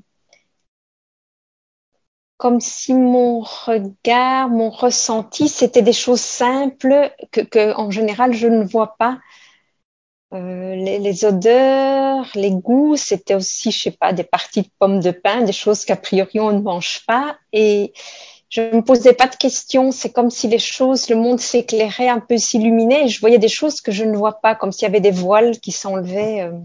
comme si mon regard, mon ressenti, c'était des choses simples que, que en général je ne vois pas. Euh, les, les odeurs, les goûts, c'était aussi, je sais pas, des parties de pommes de pin, des choses qu'a priori on ne mange pas. Et je me posais pas de questions. C'est comme si les choses, le monde s'éclairait, un peu s'illuminait. Et je voyais des choses que je ne vois pas, comme s'il y avait des voiles qui s'enlevaient. Euh,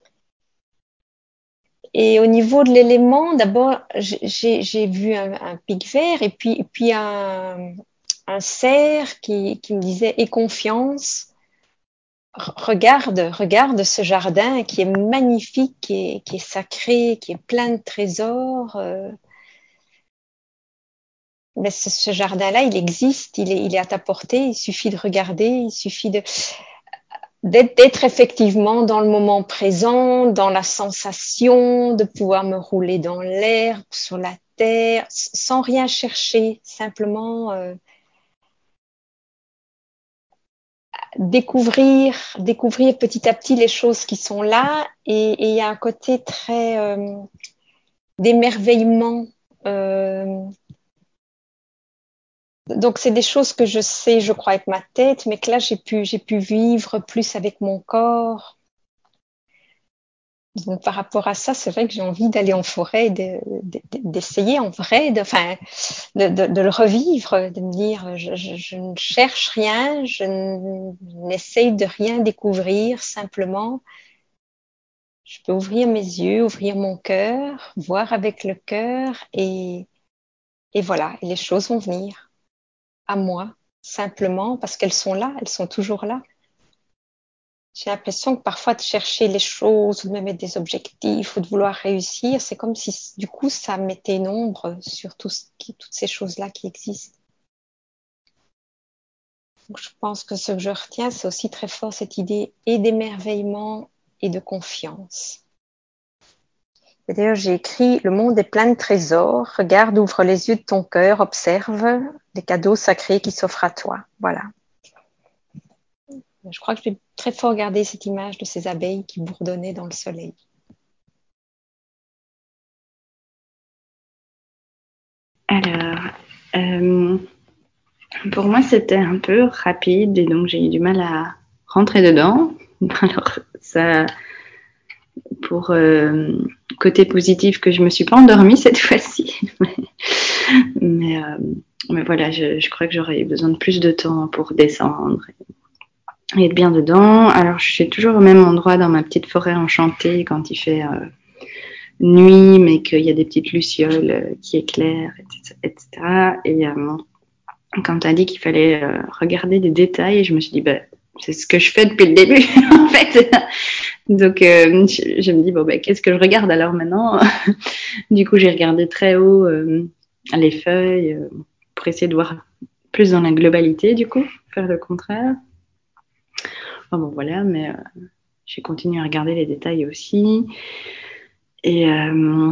Et au niveau de l'élément, d'abord, j'ai, j'ai vu un, un pic vert et puis, et puis un, un cerf qui, qui me disait « Aie confiance, regarde, regarde ce jardin qui est magnifique, qui est, qui est sacré, qui est plein de trésors. Euh, mais ce, ce jardin-là, il existe, il est, il est à ta portée, il suffit de regarder, il suffit de... » D'être, d'être effectivement dans le moment présent, dans la sensation, de pouvoir me rouler dans l'herbe, sur la terre, sans rien chercher, simplement euh, découvrir, découvrir petit à petit les choses qui sont là. Et il y a un côté très euh, d'émerveillement. Euh, donc c'est des choses que je sais, je crois, avec ma tête, mais que là j'ai pu, j'ai pu vivre plus avec mon corps. Donc, par rapport à ça, c'est vrai que j'ai envie d'aller en forêt, de, de, d'essayer en vrai, de, enfin, de, de, de le revivre, de me dire, je, je, je ne cherche rien, je n'essaye de rien découvrir, simplement, je peux ouvrir mes yeux, ouvrir mon cœur, voir avec le cœur, et, et voilà, et les choses vont venir à moi, simplement, parce qu'elles sont là, elles sont toujours là. J'ai l'impression que parfois de chercher les choses ou de me mettre des objectifs ou de vouloir réussir, c'est comme si du coup ça mettait une ombre sur tout ce qui, toutes ces choses-là qui existent. Donc je pense que ce que je retiens, c'est aussi très fort cette idée et d'émerveillement et de confiance. Et d'ailleurs, j'ai écrit « Le monde est plein de trésors. Regarde, ouvre les yeux de ton cœur, observe les cadeaux sacrés qui s'offrent à toi. » Voilà. Je crois que je vais très fort garder cette image de ces abeilles qui bourdonnaient dans le soleil. Alors, euh, pour moi, c'était un peu rapide et donc j'ai eu du mal à rentrer dedans. Alors, ça, pour euh, côté positif, que je me suis pas endormie cette fois-ci. mais, euh, mais voilà, je, je crois que j'aurais eu besoin de plus de temps pour descendre et être bien dedans. Alors, je suis toujours au même endroit dans ma petite forêt enchantée quand il fait euh, nuit, mais qu'il y a des petites lucioles euh, qui éclairent, et cetera. Et euh, quand tu as dit qu'il fallait euh, regarder des détails, je me suis dit, bah, c'est ce que je fais depuis le début, en fait. Donc, euh, je, je me dis, bon, ben, qu'est-ce que je regarde alors maintenant? Du coup, j'ai regardé très haut euh, les feuilles euh, pour essayer de voir plus dans la globalité, du coup, faire le contraire. Enfin, bon, voilà, mais euh, j'ai continué à regarder les détails aussi. Et, euh,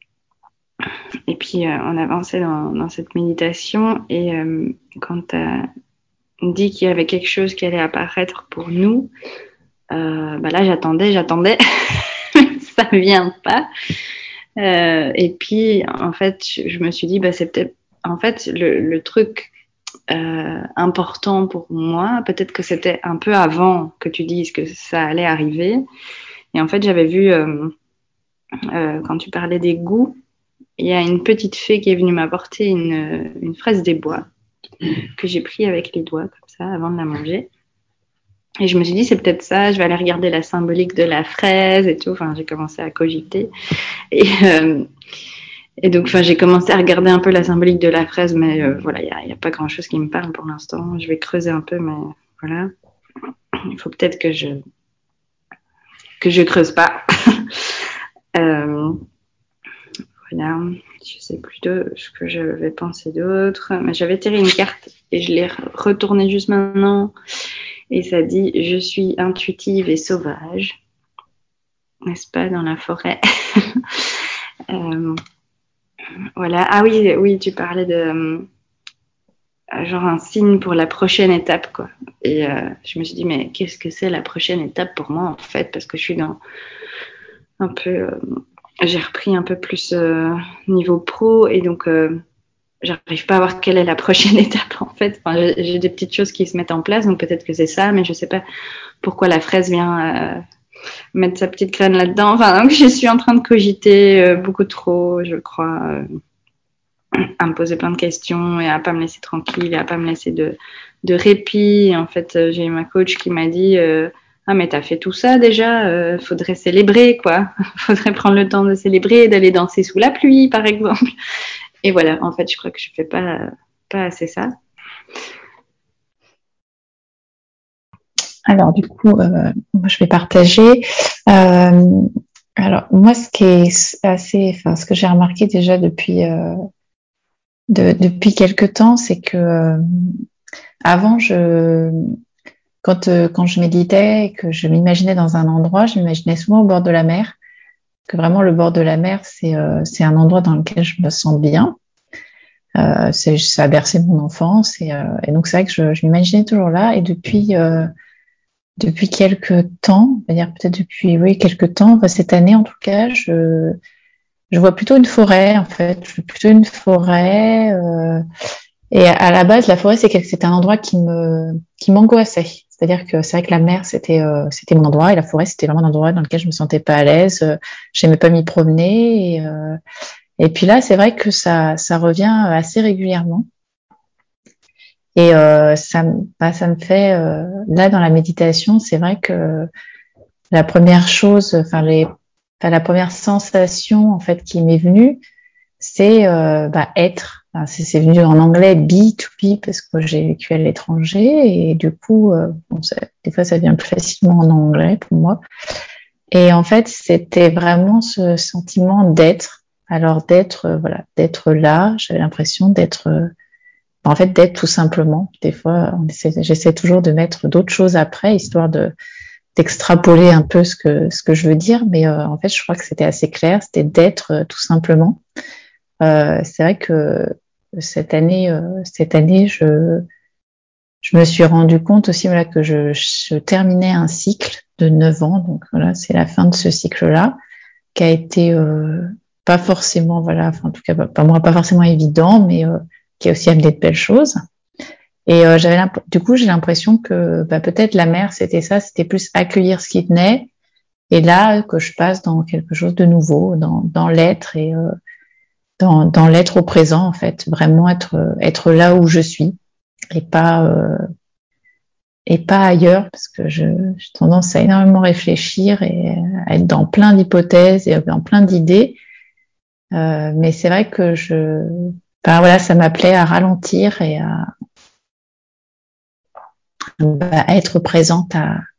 et puis, euh, on avançait dans, dans cette méditation. Et euh, quand tu as dit qu'il y avait quelque chose qui allait apparaître pour nous, euh, bah là, j'attendais, j'attendais. Ça ne vient pas. Euh, et puis, en fait, je, je me suis dit, bah, c'est peut-être, en fait, le, le truc euh, important pour moi, peut-être que c'était un peu avant que tu dises que ça allait arriver. Et en fait, j'avais vu, euh, euh, quand tu parlais des goûts, il y a une petite fée qui est venue m'apporter une, une fraise des bois que j'ai pris avec les doigts, comme ça, avant de la manger. Et je me suis dit, c'est peut-être ça, je vais aller regarder la symbolique de la fraise et tout. Enfin, j'ai commencé à cogiter. Et, euh, et donc, enfin, j'ai commencé à regarder un peu la symbolique de la fraise, mais euh, voilà, il n'y a, y a pas grand-chose qui me parle pour l'instant. Je vais creuser un peu, mais voilà. Il faut peut-être que je que je creuse pas. euh, voilà, je sais plus de ce que je vais penser d'autre. Mais j'avais tiré une carte et je l'ai retournée juste maintenant. Et ça dit, je suis intuitive et sauvage. N'est-ce pas, dans la forêt. euh, voilà. Ah oui, oui, tu parlais de euh, genre un signe pour la prochaine étape, quoi. Et euh, je me suis dit, mais qu'est-ce que c'est la prochaine étape pour moi, en fait, parce que je suis dans un peu, euh, j'ai repris un peu plus euh, niveau pro, et donc euh, j'arrive pas à voir quelle est la prochaine étape, en fait. Enfin, j'ai, j'ai des petites choses qui se mettent en place, donc peut-être que c'est ça, mais je sais pas pourquoi la fraise vient euh, mettre sa petite graine là-dedans. Enfin, donc je suis en train de cogiter euh, beaucoup trop, je crois, euh, à me poser plein de questions et à pas me laisser tranquille et à pas me laisser de, de répit. Et en fait, euh, j'ai ma coach qui m'a dit euh, ah mais t'as fait tout ça déjà, euh, faudrait célébrer quoi, faudrait prendre le temps de célébrer, d'aller danser sous la pluie par exemple. Et voilà, en fait, je crois que je fais pas pas assez ça. Alors du coup, euh, moi je vais partager. Euh, alors moi, ce qui est assez, enfin ce que j'ai remarqué déjà depuis euh, de, depuis quelque temps, c'est que euh, avant, je quand euh, quand je méditais et que je m'imaginais dans un endroit, je m'imaginais souvent au bord de la mer. Que vraiment le bord de la mer, c'est euh, c'est un endroit dans lequel je me sens bien. Euh, c'est, ça a bercé mon enfance et, euh, et donc c'est vrai que je, je m'imaginais toujours là. Et depuis euh, depuis quelques temps, on va dire peut-être depuis oui quelques temps, enfin, cette année en tout cas, je je vois plutôt une forêt en fait. Je vois plutôt une forêt. Euh, et à la base, la forêt c'est quelque- c'était un endroit qui me qui m'angoissait. C'est-à-dire que c'est vrai que la mer c'était euh, c'était mon endroit et la forêt c'était vraiment un endroit dans lequel je me sentais pas à l'aise. Euh, j'aimais pas m'y promener. Et, euh, et puis là, c'est vrai que ça ça revient assez régulièrement. Et euh, ça, me- bah, ça me fait euh, là dans la méditation, c'est vrai que la première chose, enfin les, enfin, la première sensation en fait qui m'est venue, c'est euh, bah, être. Enfin, c'est, c'est venu en anglais be to be parce que j'ai vécu à l'étranger et du coup, euh, bon, ça, des fois ça vient plus facilement en anglais pour moi. Et en fait, c'était vraiment ce sentiment d'être. Alors d'être, euh, voilà, d'être là. J'avais l'impression d'être euh, en fait, d'être tout simplement. Des fois, on essaie, j'essaie toujours de mettre d'autres choses après, histoire de d'extrapoler un peu ce que ce que je veux dire. Mais euh, en fait, je crois que c'était assez clair. C'était d'être euh, tout simplement. Euh, c'est vrai que cette année, euh, cette année, je je me suis rendu compte aussi voilà que je, je terminais un cycle de neuf ans. Donc voilà, c'est la fin de ce cycle-là qui a été euh, pas forcément voilà, enfin, en tout cas pas moi pas forcément évident, mais euh, qui a aussi amené de belles choses. Et euh, j'avais du coup, j'ai l'impression que bah, peut-être la mer, c'était ça, c'était plus accueillir ce qui venait. Et là, que je passe dans quelque chose de nouveau, dans, dans l'être et euh, dans, dans l'être au présent, en fait, vraiment être être là où je suis et pas euh, et pas ailleurs, parce que je, j'ai tendance à énormément réfléchir et à être dans plein d'hypothèses et dans plein d'idées. Euh, mais c'est vrai que je, bah voilà, ça m'appelait à ralentir et à, à être présente à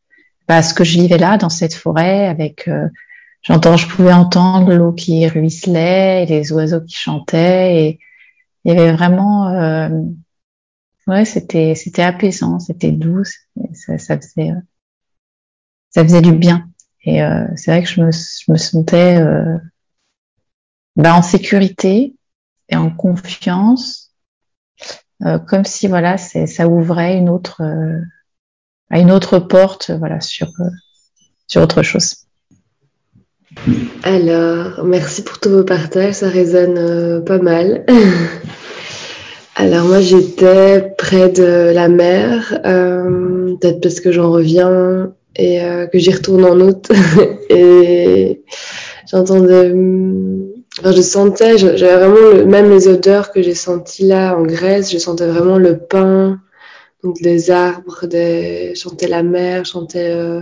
bah, ce que je vivais là, dans cette forêt, avec, euh, j'entends, je pouvais entendre l'eau qui ruisselait, et les oiseaux qui chantaient, et il y avait vraiment, euh, ouais, c'était, c'était apaisant, c'était doux, ça, ça faisait, ça faisait du bien. Et euh, c'est vrai que je me, je me sentais euh, bah, en sécurité et en confiance, euh, comme si voilà, c'est, ça ouvrait une autre, euh, une autre porte, voilà, sur euh, sur autre chose. Alors, merci pour tous vos partages, ça résonne euh, pas mal. Alors moi j'étais près de la mer, euh, peut-être parce que j'en reviens et euh, que j'y retourne en août. Et j'entendais, enfin, je sentais, j'avais vraiment le, même les odeurs que j'ai senties là en Grèce, je sentais vraiment le pin, donc des arbres, des, je sentais la mer, je sentais, euh,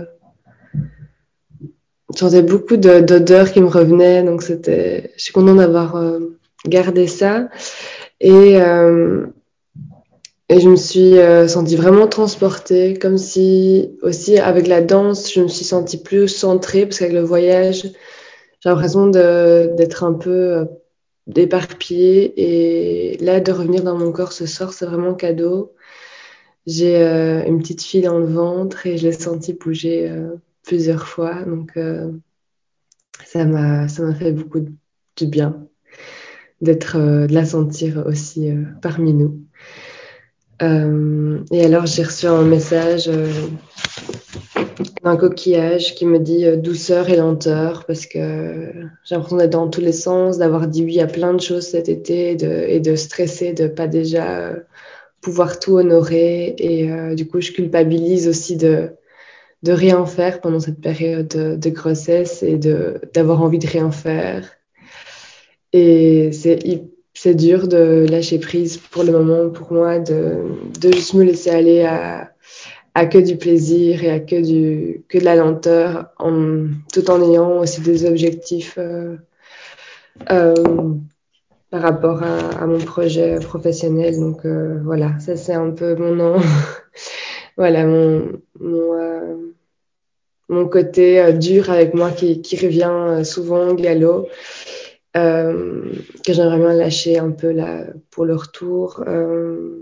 je sentais beaucoup de, d'odeurs qui me revenaient, donc c'était, je suis contente d'avoir euh, gardé ça. Et euh, Et je me suis euh, sentie vraiment transportée, comme si aussi avec la danse, je me suis sentie plus centrée, parce qu'avec le voyage, j'ai l'impression de, d'être un peu euh, éparpillée. Et là, de revenir dans mon corps ce soir, c'est vraiment cadeau. J'ai euh, une petite fille dans le ventre et je l'ai sentie bouger euh, plusieurs fois. Donc, euh, ça m'a, ça m'a fait beaucoup de, du bien d'être, euh, de la sentir aussi euh, parmi nous. Euh, et alors, j'ai reçu un message euh, d'un coquillage qui me dit euh, douceur et lenteur parce que j'ai l'impression d'être dans tous les sens, d'avoir dit oui à plein de choses cet été et de, et de stresser de pas déjà euh, pouvoir tout honorer. Et euh, du coup, je culpabilise aussi de, de rien faire pendant cette période de, de grossesse et de, d'avoir envie de rien faire. Et c'est, c'est dur de lâcher prise pour le moment pour moi, de, de juste me laisser aller à à que du plaisir et à que du que de la lenteur, en, tout en ayant aussi des objectifs euh, euh, par rapport à, à mon projet professionnel. Donc euh, voilà, ça c'est un peu mon nom, voilà mon mon, euh, mon côté euh, dur avec moi qui, qui revient euh, souvent au galop, euh, que j'aimerais bien lâcher un peu là pour le retour. Euh,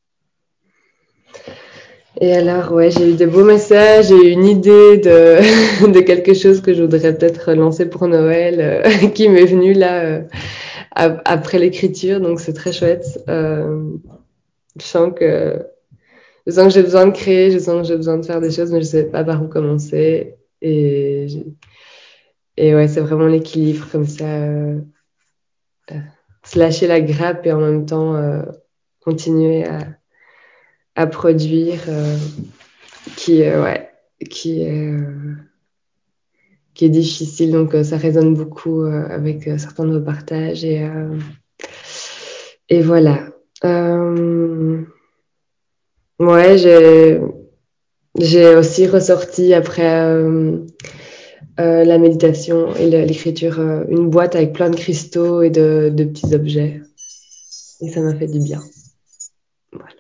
Et alors, ouais, j'ai eu des beaux messages, j'ai eu une idée de, de quelque chose que je voudrais peut-être lancer pour Noël, euh, qui m'est venue là euh, après l'écriture, donc c'est très chouette. Euh, je sens que je sens que j'ai besoin de créer, je sens que j'ai besoin de faire des choses, mais je sais pas par où commencer. Et, et ouais, c'est vraiment l'équilibre comme ça, euh, euh, se lâcher la grappe et en même temps euh, continuer à, à produire, euh, qui, euh, ouais, qui est euh, qui est difficile. Donc, euh, ça résonne beaucoup euh, avec euh, certains de vos partages. Et, euh, et voilà. Euh, ouais, j'ai, j'ai aussi ressorti après euh, euh, la méditation et l'écriture euh, une boîte avec plein de cristaux et de, de petits objets. Et ça m'a fait du bien. Voilà.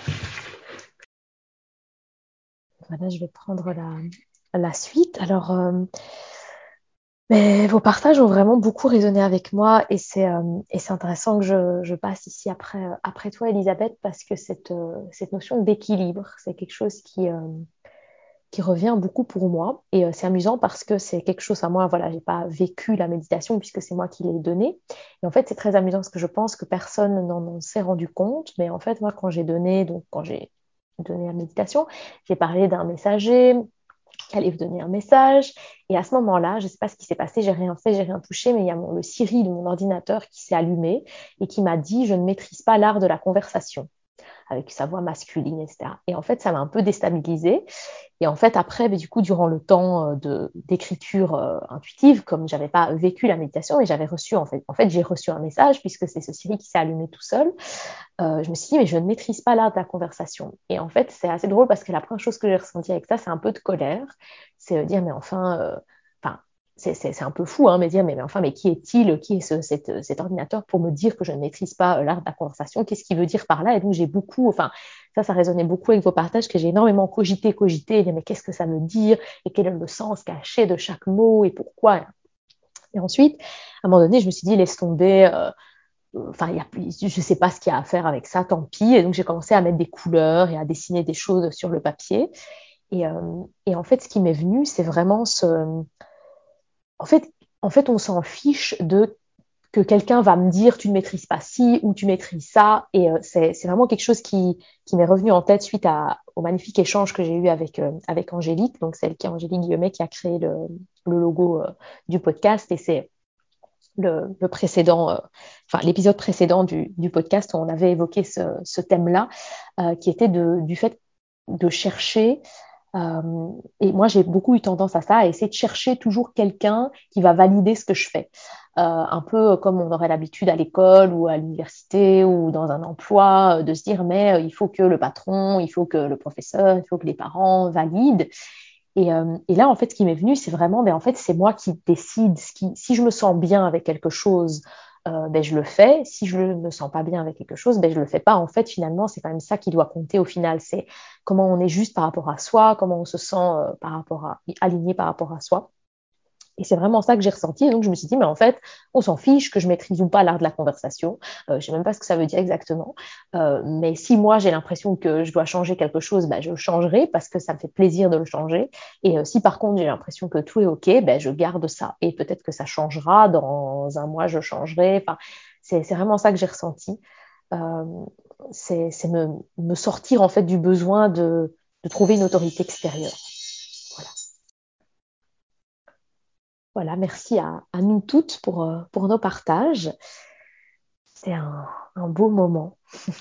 Voilà, je vais prendre la, la suite. Alors, euh, mais vos partages ont vraiment beaucoup résonné avec moi et c'est euh, et c'est intéressant que je, je passe ici après, euh, après toi, Elisabeth, parce que cette, euh, cette notion d'équilibre, c'est quelque chose qui, euh, qui revient beaucoup pour moi. Et euh, c'est amusant parce que c'est quelque chose à moi, voilà, j'ai pas vécu la méditation puisque c'est moi qui l'ai donnée. Et en fait, c'est très amusant parce que je pense que personne n'en s'est rendu compte. Mais en fait, moi, quand j'ai donné, donc quand j'ai donné la méditation, j'ai parlé d'un messager qui allait vous donner un message. Et à ce moment-là, je ne sais pas ce qui s'est passé, j'ai rien fait, j'ai rien touché, mais il y a mon, le Siri de mon ordinateur qui s'est allumé et qui m'a dit, je ne maîtrise pas l'art de la conversation, avec sa voix masculine, et cetera. Et en fait, ça m'a un peu déstabilisée. Et en fait, après, du coup, durant le temps de, d'écriture euh, intuitive, comme j'avais pas vécu la méditation, et j'avais reçu, en fait, en fait, j'ai reçu un message, puisque c'est ce Siri qui s'est allumé tout seul, euh, je me suis dit, mais je ne maîtrise pas l'art de la conversation. Et en fait, c'est assez drôle parce que la première chose que j'ai ressentie avec ça, c'est un peu de colère. C'est euh, dire, mais enfin, euh, enfin c'est, c'est, c'est un peu fou, hein, mais dire, mais, mais enfin, mais qui est-il, qui est ce, cet, cet ordinateur pour me dire que je ne maîtrise pas l'art de la conversation? Qu'est-ce qu'il veut dire par là? Et donc, j'ai beaucoup, enfin, ça, ça résonnait beaucoup avec vos partages, que j'ai énormément cogité, cogité, et dit, mais qu'est-ce que ça veut dire? Et quel est le sens caché de chaque mot? Et pourquoi? Et ensuite, à un moment donné, je me suis dit, laisse tomber, euh, enfin, il y a, je ne sais pas ce qu'il y a à faire avec ça, tant pis. Et donc, j'ai commencé à mettre des couleurs et à dessiner des choses sur le papier. Et, euh, et en fait, ce qui m'est venu, c'est vraiment ce... En fait, en fait, on s'en fiche de que quelqu'un va me dire tu ne maîtrises pas ci ou tu maîtrises ça. Et euh, c'est, c'est vraiment quelque chose qui, qui m'est revenu en tête suite à, au magnifique échange que j'ai eu avec, euh, avec Angélique, donc celle qui est Angélique Guillemet qui a créé le, le logo euh, du podcast. Et c'est le, le précédent, euh, enfin l'épisode précédent du, du podcast où on avait évoqué ce, ce thème-là, euh, qui était de, du fait de chercher. Euh, et moi, j'ai beaucoup eu tendance à ça, à essayer de chercher toujours quelqu'un qui va valider ce que je fais. Euh, un peu comme on aurait l'habitude à l'école ou à l'université ou dans un emploi, euh, de se dire, mais euh, il faut que le patron, il faut que le professeur, il faut que les parents valident. Et, euh, et là, en fait, ce qui m'est venu, c'est vraiment, ben, en fait, c'est moi qui décide. Ce qui, si je me sens bien avec quelque chose, euh, ben, je le fais. Si je ne me sens pas bien avec quelque chose, ben, je le fais pas. En fait, finalement, c'est quand même ça qui doit compter au final. C'est comment on est juste par rapport à soi, comment on se sent euh, par rapport à, aligné par rapport à soi. Et c'est vraiment ça que j'ai ressenti. Et donc, je me suis dit, mais en fait, on s'en fiche que je maîtrise ou pas l'art de la conversation. Euh, je sais même pas ce que ça veut dire exactement. Euh, mais si moi, j'ai l'impression que je dois changer quelque chose, ben, je le changerai parce que ça me fait plaisir de le changer. Et euh, si par contre, j'ai l'impression que tout est OK, ben, je garde ça. Et peut-être que ça changera. Dans un mois, je changerai. Enfin, c'est, c'est vraiment ça que j'ai ressenti. Euh, c'est c'est me, me sortir, en fait, du besoin de, de trouver une autorité extérieure. Voilà. Voilà, merci à, à nous toutes pour, euh, pour nos partages. C'était un, un beau moment.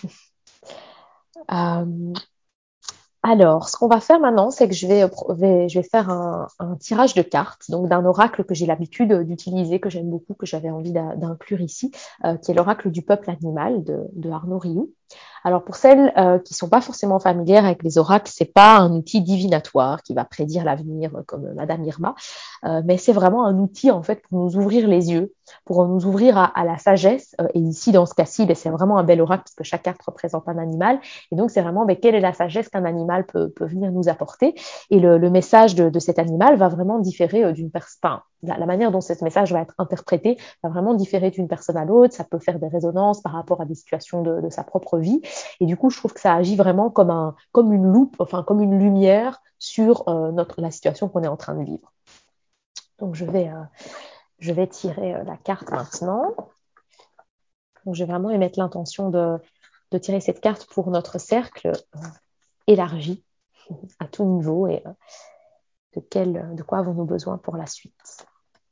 Euh, alors, ce qu'on va faire maintenant, c'est que je vais, vais- je vais faire un, un tirage de cartes, donc d'un oracle que j'ai l'habitude d'utiliser, que j'aime beaucoup, que j'avais envie d'a- d'inclure ici, euh, qui est l'oracle du peuple animal de, de Arnaud Rioux. Alors pour celles euh, qui sont pas forcément familières avec les oracles, c'est pas un outil divinatoire qui va prédire l'avenir euh, comme Madame Irma, euh, mais c'est vraiment un outil en fait pour nous ouvrir les yeux, pour nous ouvrir à, à la sagesse. Euh, et ici dans ce cas-ci, ben, c'est vraiment un bel oracle parce que chaque carte représente un animal. Et donc c'est vraiment ben, quelle est la sagesse qu'un animal peut, peut venir nous apporter. Et le, le message de, de cet animal va vraiment différer euh, d'une personne. Enfin, la, la manière dont ce message va être interprété va vraiment différer d'une personne à l'autre. Ça peut faire des résonances par rapport à des situations de, de sa propre vie. Et du coup, je trouve que ça agit vraiment comme, un, comme une loupe, enfin comme une lumière sur euh, notre, la situation qu'on est en train de vivre. Donc, je vais, euh, je vais tirer euh, la carte maintenant. Donc, je vais vraiment émettre l'intention de, de tirer cette carte pour notre cercle euh, élargi à tout niveau et euh, de, quel, de quoi avons-nous besoin pour la suite.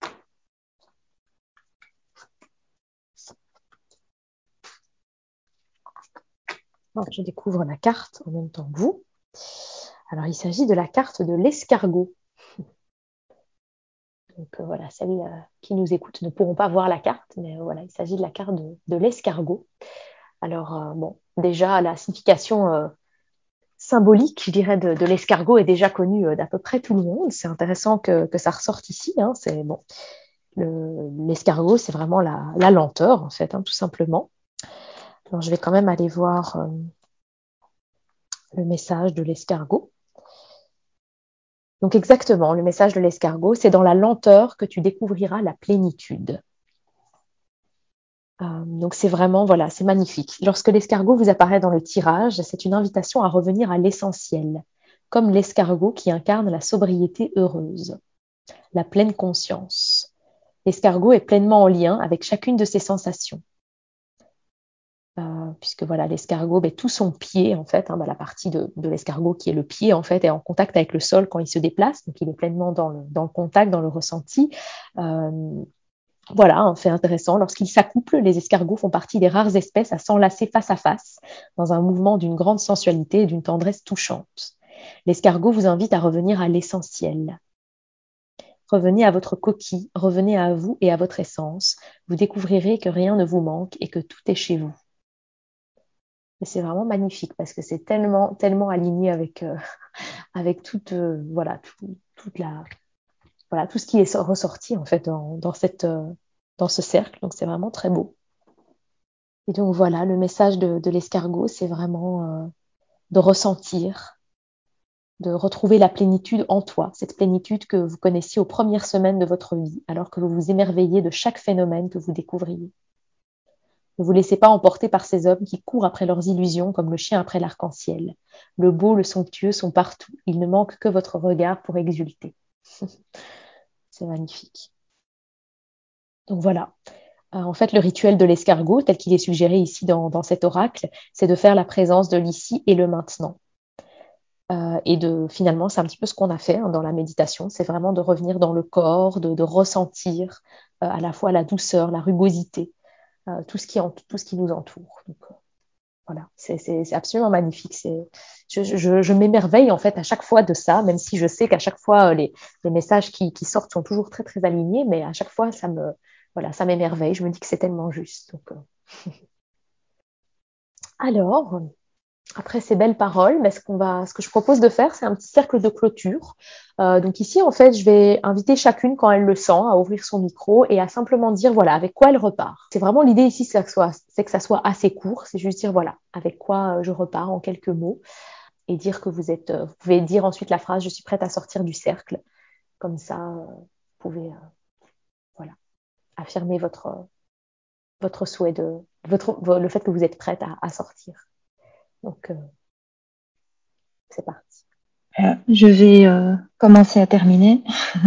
Alors, je découvre la carte en même temps que vous. Alors, il s'agit de la carte de l'escargot. Donc euh, voilà, celles euh, qui nous écoutent ne pourront pas voir la carte, mais euh, voilà, il s'agit de la carte de, de l'escargot. Alors euh, bon, déjà la signification euh, symbolique, je dirais, de, de l'escargot est déjà connue euh, d'à peu près tout le monde. C'est intéressant que, que ça ressorte ici. Hein. C'est bon, le, l'escargot, c'est vraiment la, la lenteur en fait, hein, tout simplement. Alors je vais quand même aller voir euh, le message de l'escargot. Donc exactement, le message de l'escargot, c'est dans la lenteur que tu découvriras la plénitude. Euh, donc c'est vraiment, voilà, c'est magnifique. Lorsque l'escargot vous apparaît dans le tirage, c'est une invitation à revenir à l'essentiel, comme l'escargot qui incarne la sobriété heureuse, la pleine conscience. L'escargot est pleinement en lien avec chacune de ses sensations. Euh, puisque voilà, l'escargot, ben, tout son pied, en fait, hein, ben, la partie de, de l'escargot qui est le pied, en fait, est en contact avec le sol quand il se déplace, donc il est pleinement dans le, dans le contact, dans le ressenti. Euh, Voilà, un fait intéressant. Lorsqu'ils s'accouplent, les escargots font partie des rares espèces à s'enlacer face à face, dans un mouvement d'une grande sensualité et d'une tendresse touchante. L'escargot vous invite à revenir à l'essentiel. Revenez à votre coquille, revenez à vous et à votre essence. Vous découvrirez que rien ne vous manque et que tout est chez vous. Et c'est vraiment magnifique parce que c'est tellement, tellement aligné avec, euh, avec toute, euh, voilà, tout, toute la, voilà, tout ce qui est ressorti en fait dans, dans, cette, euh, dans ce cercle. Donc c'est vraiment très beau. Et donc voilà, le message de, de l'escargot, c'est vraiment euh, de ressentir, de retrouver la plénitude en toi, cette plénitude que vous connaissiez aux premières semaines de votre vie, alors que vous vous émerveillez de chaque phénomène que vous découvriez. Ne vous laissez pas emporter par ces hommes qui courent après leurs illusions comme le chien après l'arc-en-ciel. Le beau, le somptueux sont partout. Il ne manque que votre regard pour exulter. C'est magnifique. Donc voilà. Euh, en fait, le rituel de l'escargot, tel qu'il est suggéré ici dans, dans cet oracle, c'est de faire la présence de l'ici et le maintenant. Euh, et de finalement, c'est un petit peu ce qu'on a fait hein, dans la méditation, c'est vraiment de revenir dans le corps, de, de ressentir euh, à la fois la douceur, la rugosité, euh, tout ce qui en, tout ce qui nous entoure. Donc, euh, voilà, c'est, c'est, c'est absolument magnifique. C'est, je, je, je m'émerveille en fait à chaque fois de ça, même si je sais qu'à chaque fois euh, les, les messages qui, qui sortent sont toujours très très alignés, mais à chaque fois ça me, voilà, ça m'émerveille. Je me dis que c'est tellement juste. Donc, euh... alors. Après ces belles paroles, mais ce, qu'on va, ce que je propose de faire, c'est un petit cercle de clôture. Euh, donc ici, en fait, je vais inviter chacune, quand elle le sent, à ouvrir son micro et à simplement dire, voilà, avec quoi elle repart. C'est vraiment l'idée ici, c'est que, ça soit, c'est que ça soit assez court. C'est juste dire, voilà, avec quoi je repars en quelques mots et dire que vous êtes... Euh, vous pouvez dire ensuite la phrase, je suis prête à sortir du cercle. Comme ça, euh, vous pouvez, euh, voilà, affirmer votre, votre souhait de... Votre, le fait que vous êtes prête à, à sortir. Donc... Euh, c'est parti. Euh, je vais euh, commencer à terminer.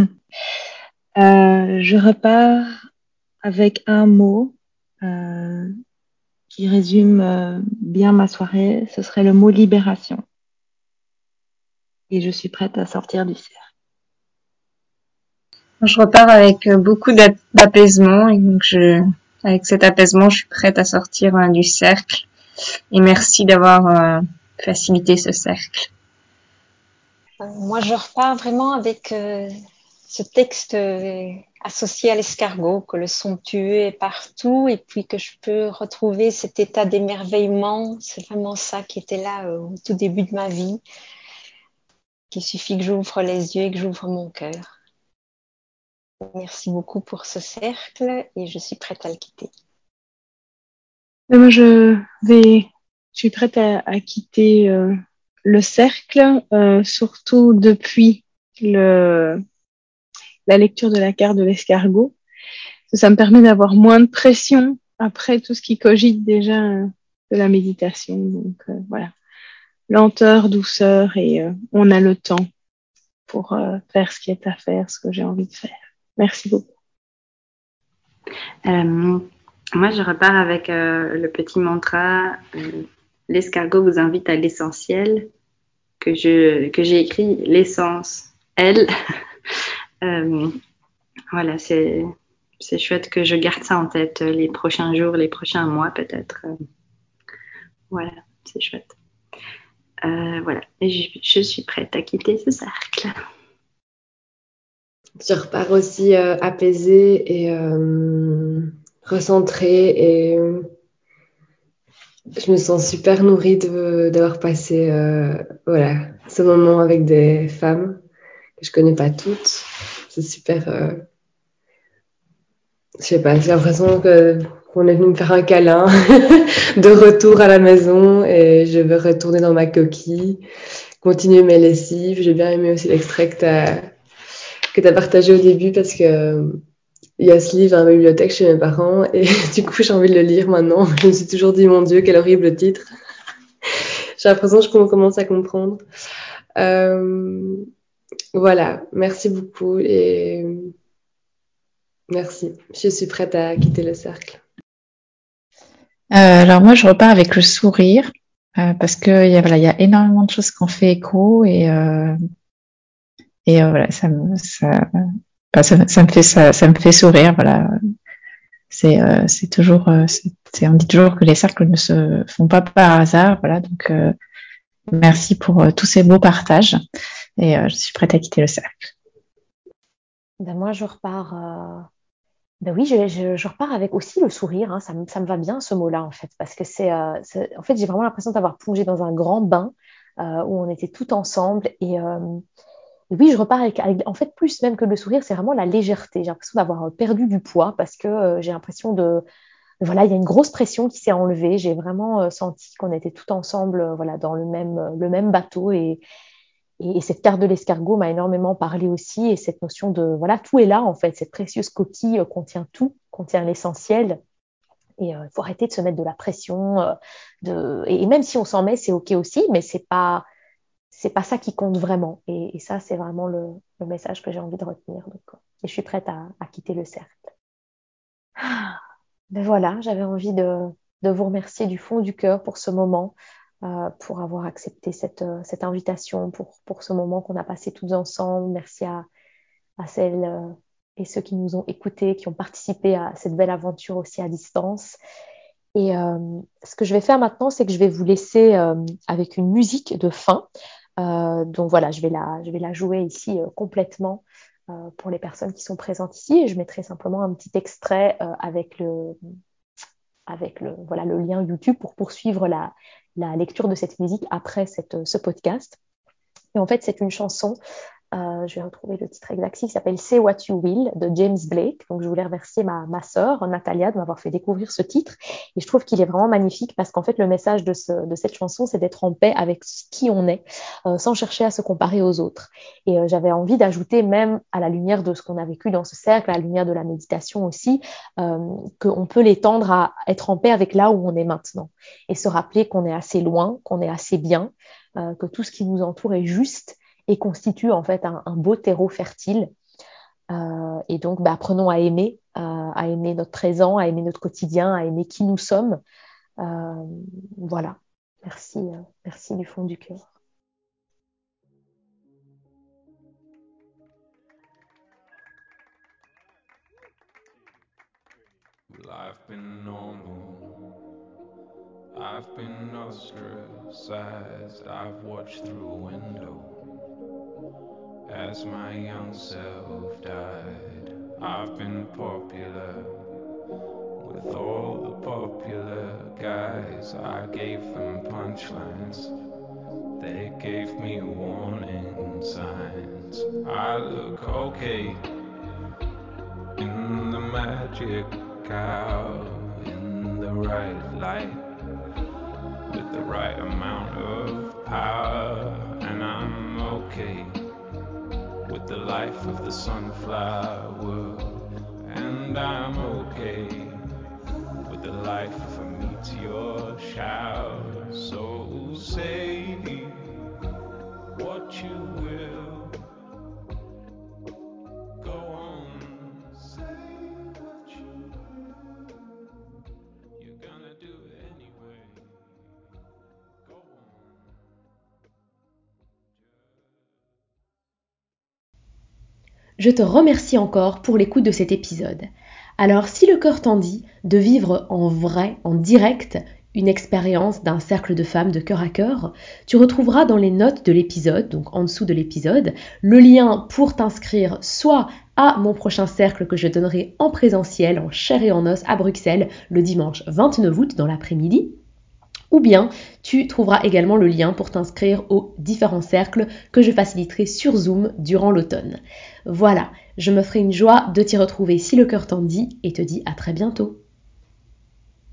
euh, je repars avec un mot euh, qui résume euh, bien ma soirée. Ce serait le mot libération. Et je suis prête à sortir du cercle. Je repars avec beaucoup d'apaisement et donc je, avec cet apaisement, je suis prête à sortir euh, du cercle. Et merci d'avoir euh, facilité ce cercle. Euh, moi, je repars vraiment avec euh, ce texte euh, associé à l'escargot, que le somptueux est partout et puis que je peux retrouver cet état d'émerveillement. C'est vraiment ça qui était là euh, au tout début de ma vie. Il suffit que j'ouvre les yeux et que j'ouvre mon cœur. Merci beaucoup pour ce cercle et je suis prête à le quitter. Et moi, je vais, je suis prête à, à quitter euh, le cercle, euh, surtout depuis le, la lecture de la carte de l'escargot. Ça me permet d'avoir moins de pression après tout ce qui cogite déjà euh, de la méditation. Donc euh, voilà, lenteur, douceur et euh, on a le temps pour euh, faire ce qui est à faire, ce que j'ai envie de faire. Merci beaucoup. Euh, moi, je repars avec euh, le petit mantra euh, l'escargot vous invite à l'essentiel, que je que j'ai écrit l'essence, elle. euh, voilà, c'est c'est chouette que je garde ça en tête les prochains jours, les prochains mois peut-être. Euh, voilà, c'est chouette. Euh, voilà, et je, je suis prête à quitter ce cercle. Je repars aussi euh, apaisée et euh, recentrée et euh, je me sens super nourrie de, d'avoir passé euh, voilà, ce moment avec des femmes que je connais pas toutes. C'est super. Euh, je sais pas, j'ai l'impression que qu'on est venu me faire un câlin de retour à la maison et je vais retourner dans ma coquille, continuer mes lessives. J'ai bien aimé aussi l'extrait que t'as que t'as partagé au début parce que il y a ce livre à ma bibliothèque chez mes parents et du coup j'ai envie de le lire maintenant. Je me suis toujours dit mon Dieu quel horrible titre. J'ai l'impression que je commence à comprendre. Euh, voilà, merci beaucoup et merci. Je suis prête à quitter le cercle. Euh, alors moi, je repars avec le sourire euh, parce que il y a, voilà, il y a énormément de choses qui ont fait écho et euh, et euh, voilà, ça me ça, bah, ça, ça me fait ça, ça me fait sourire. Voilà, c'est euh, c'est toujours euh, c'est, c'est- on dit toujours que les cercles ne se font pas par hasard. Voilà, donc euh, merci pour euh, tous ces beaux partages et euh, je suis prête à quitter le cercle. Ben moi, je repars. Euh... Ben oui, je, je, je repars avec aussi le sourire. Hein. Ça, me, ça me va bien ce mot-là en fait, parce que c'est, euh, c'est- en fait, j'ai vraiment l'impression d'avoir plongé dans un grand bain euh, où on était tout ensemble et euh, et oui, je repars avec, avec, en fait, plus même que le sourire, c'est vraiment la légèreté. J'ai l'impression d'avoir perdu du poids parce que euh, j'ai l'impression de, voilà, il y a une grosse pression qui s'est enlevée. J'ai vraiment euh, senti qu'on était tout ensemble, euh, voilà, dans le même, euh, le même bateau. Et, et, et cette carte de l'escargot m'a énormément parlé aussi. Et cette notion de, voilà, tout est là, en fait. Cette précieuse coquille euh, contient tout, contient l'essentiel. Et il euh, faut arrêter de se mettre de la pression. Euh, de... Et, et même si on s'en met, c'est OK aussi, mais c'est pas, c'est pas ça qui compte vraiment. Et, et ça, c'est vraiment le, le message que j'ai envie de retenir. Donc, et je suis prête à, à quitter le cercle. Ben voilà, j'avais envie de, de vous remercier du fond du cœur pour ce moment, euh, pour avoir accepté cette, euh, cette invitation, pour, pour ce moment qu'on a passé tous ensemble. Merci à, à celles euh, et ceux qui nous ont écoutés, qui ont participé à cette belle aventure aussi à distance. Et euh, ce que je vais faire maintenant, c'est que je vais vous laisser euh, avec une musique de fin. Euh, donc voilà, je vais la, je vais la jouer ici euh, complètement euh, pour les personnes qui sont présentes ici. Et je mettrai simplement un petit extrait euh, avec le, avec le, voilà, le lien YouTube pour poursuivre la, la lecture de cette musique après cette, ce podcast. Et en fait, c'est une chanson. Euh, je vais retrouver le titre exact qui s'appelle Say What You Will de James Blake. Donc, je voulais remercier ma, ma sœur, Natalia, de m'avoir fait découvrir ce titre. Et je trouve qu'il est vraiment magnifique parce qu'en fait, le message de, ce, de cette chanson, c'est d'être en paix avec qui on est, euh, sans chercher à se comparer aux autres. Et euh, j'avais envie d'ajouter, même à la lumière de ce qu'on a vécu dans ce cercle, à la lumière de la méditation aussi, euh, qu'on peut l'étendre à être en paix avec là où on est maintenant. Et se rappeler qu'on est assez loin, qu'on est assez bien, euh, que tout ce qui nous entoure est juste et constitue en fait un, un beau terreau fertile. Euh, et donc, bah, apprenons à aimer, euh, à aimer notre présent, à aimer notre quotidien, à aimer qui nous sommes. Euh, voilà. Merci, euh, merci du fond du cœur. Life been normal. I've been ostracized. I've watched through a window as my young self died. I've been popular with all the popular guys. I gave them punchlines, they gave me warning signs. I look okay in the magic cow, in the right light, with the right amount of power. And I'm okay with the life of the sunflower. And I'm okay with the life of a meteor shower. So say what you will, go on, say what you will, you're gonna do it anyway, go on. Je te remercie encore pour l'écoute de cet épisode. Alors, si le cœur t'en dit de vivre en vrai, en direct, une expérience d'un cercle de femmes de cœur à cœur, tu retrouveras dans les notes de l'épisode, donc en dessous de l'épisode, le lien pour t'inscrire soit à mon prochain cercle que je donnerai en présentiel, en chair et en os à Bruxelles, le dimanche vingt-neuf août dans l'après-midi, ou bien tu trouveras également le lien pour t'inscrire aux différents cercles que je faciliterai sur Zoom durant l'automne. Voilà, je me ferai une joie de t'y retrouver si le cœur t'en dit et te dis à très bientôt.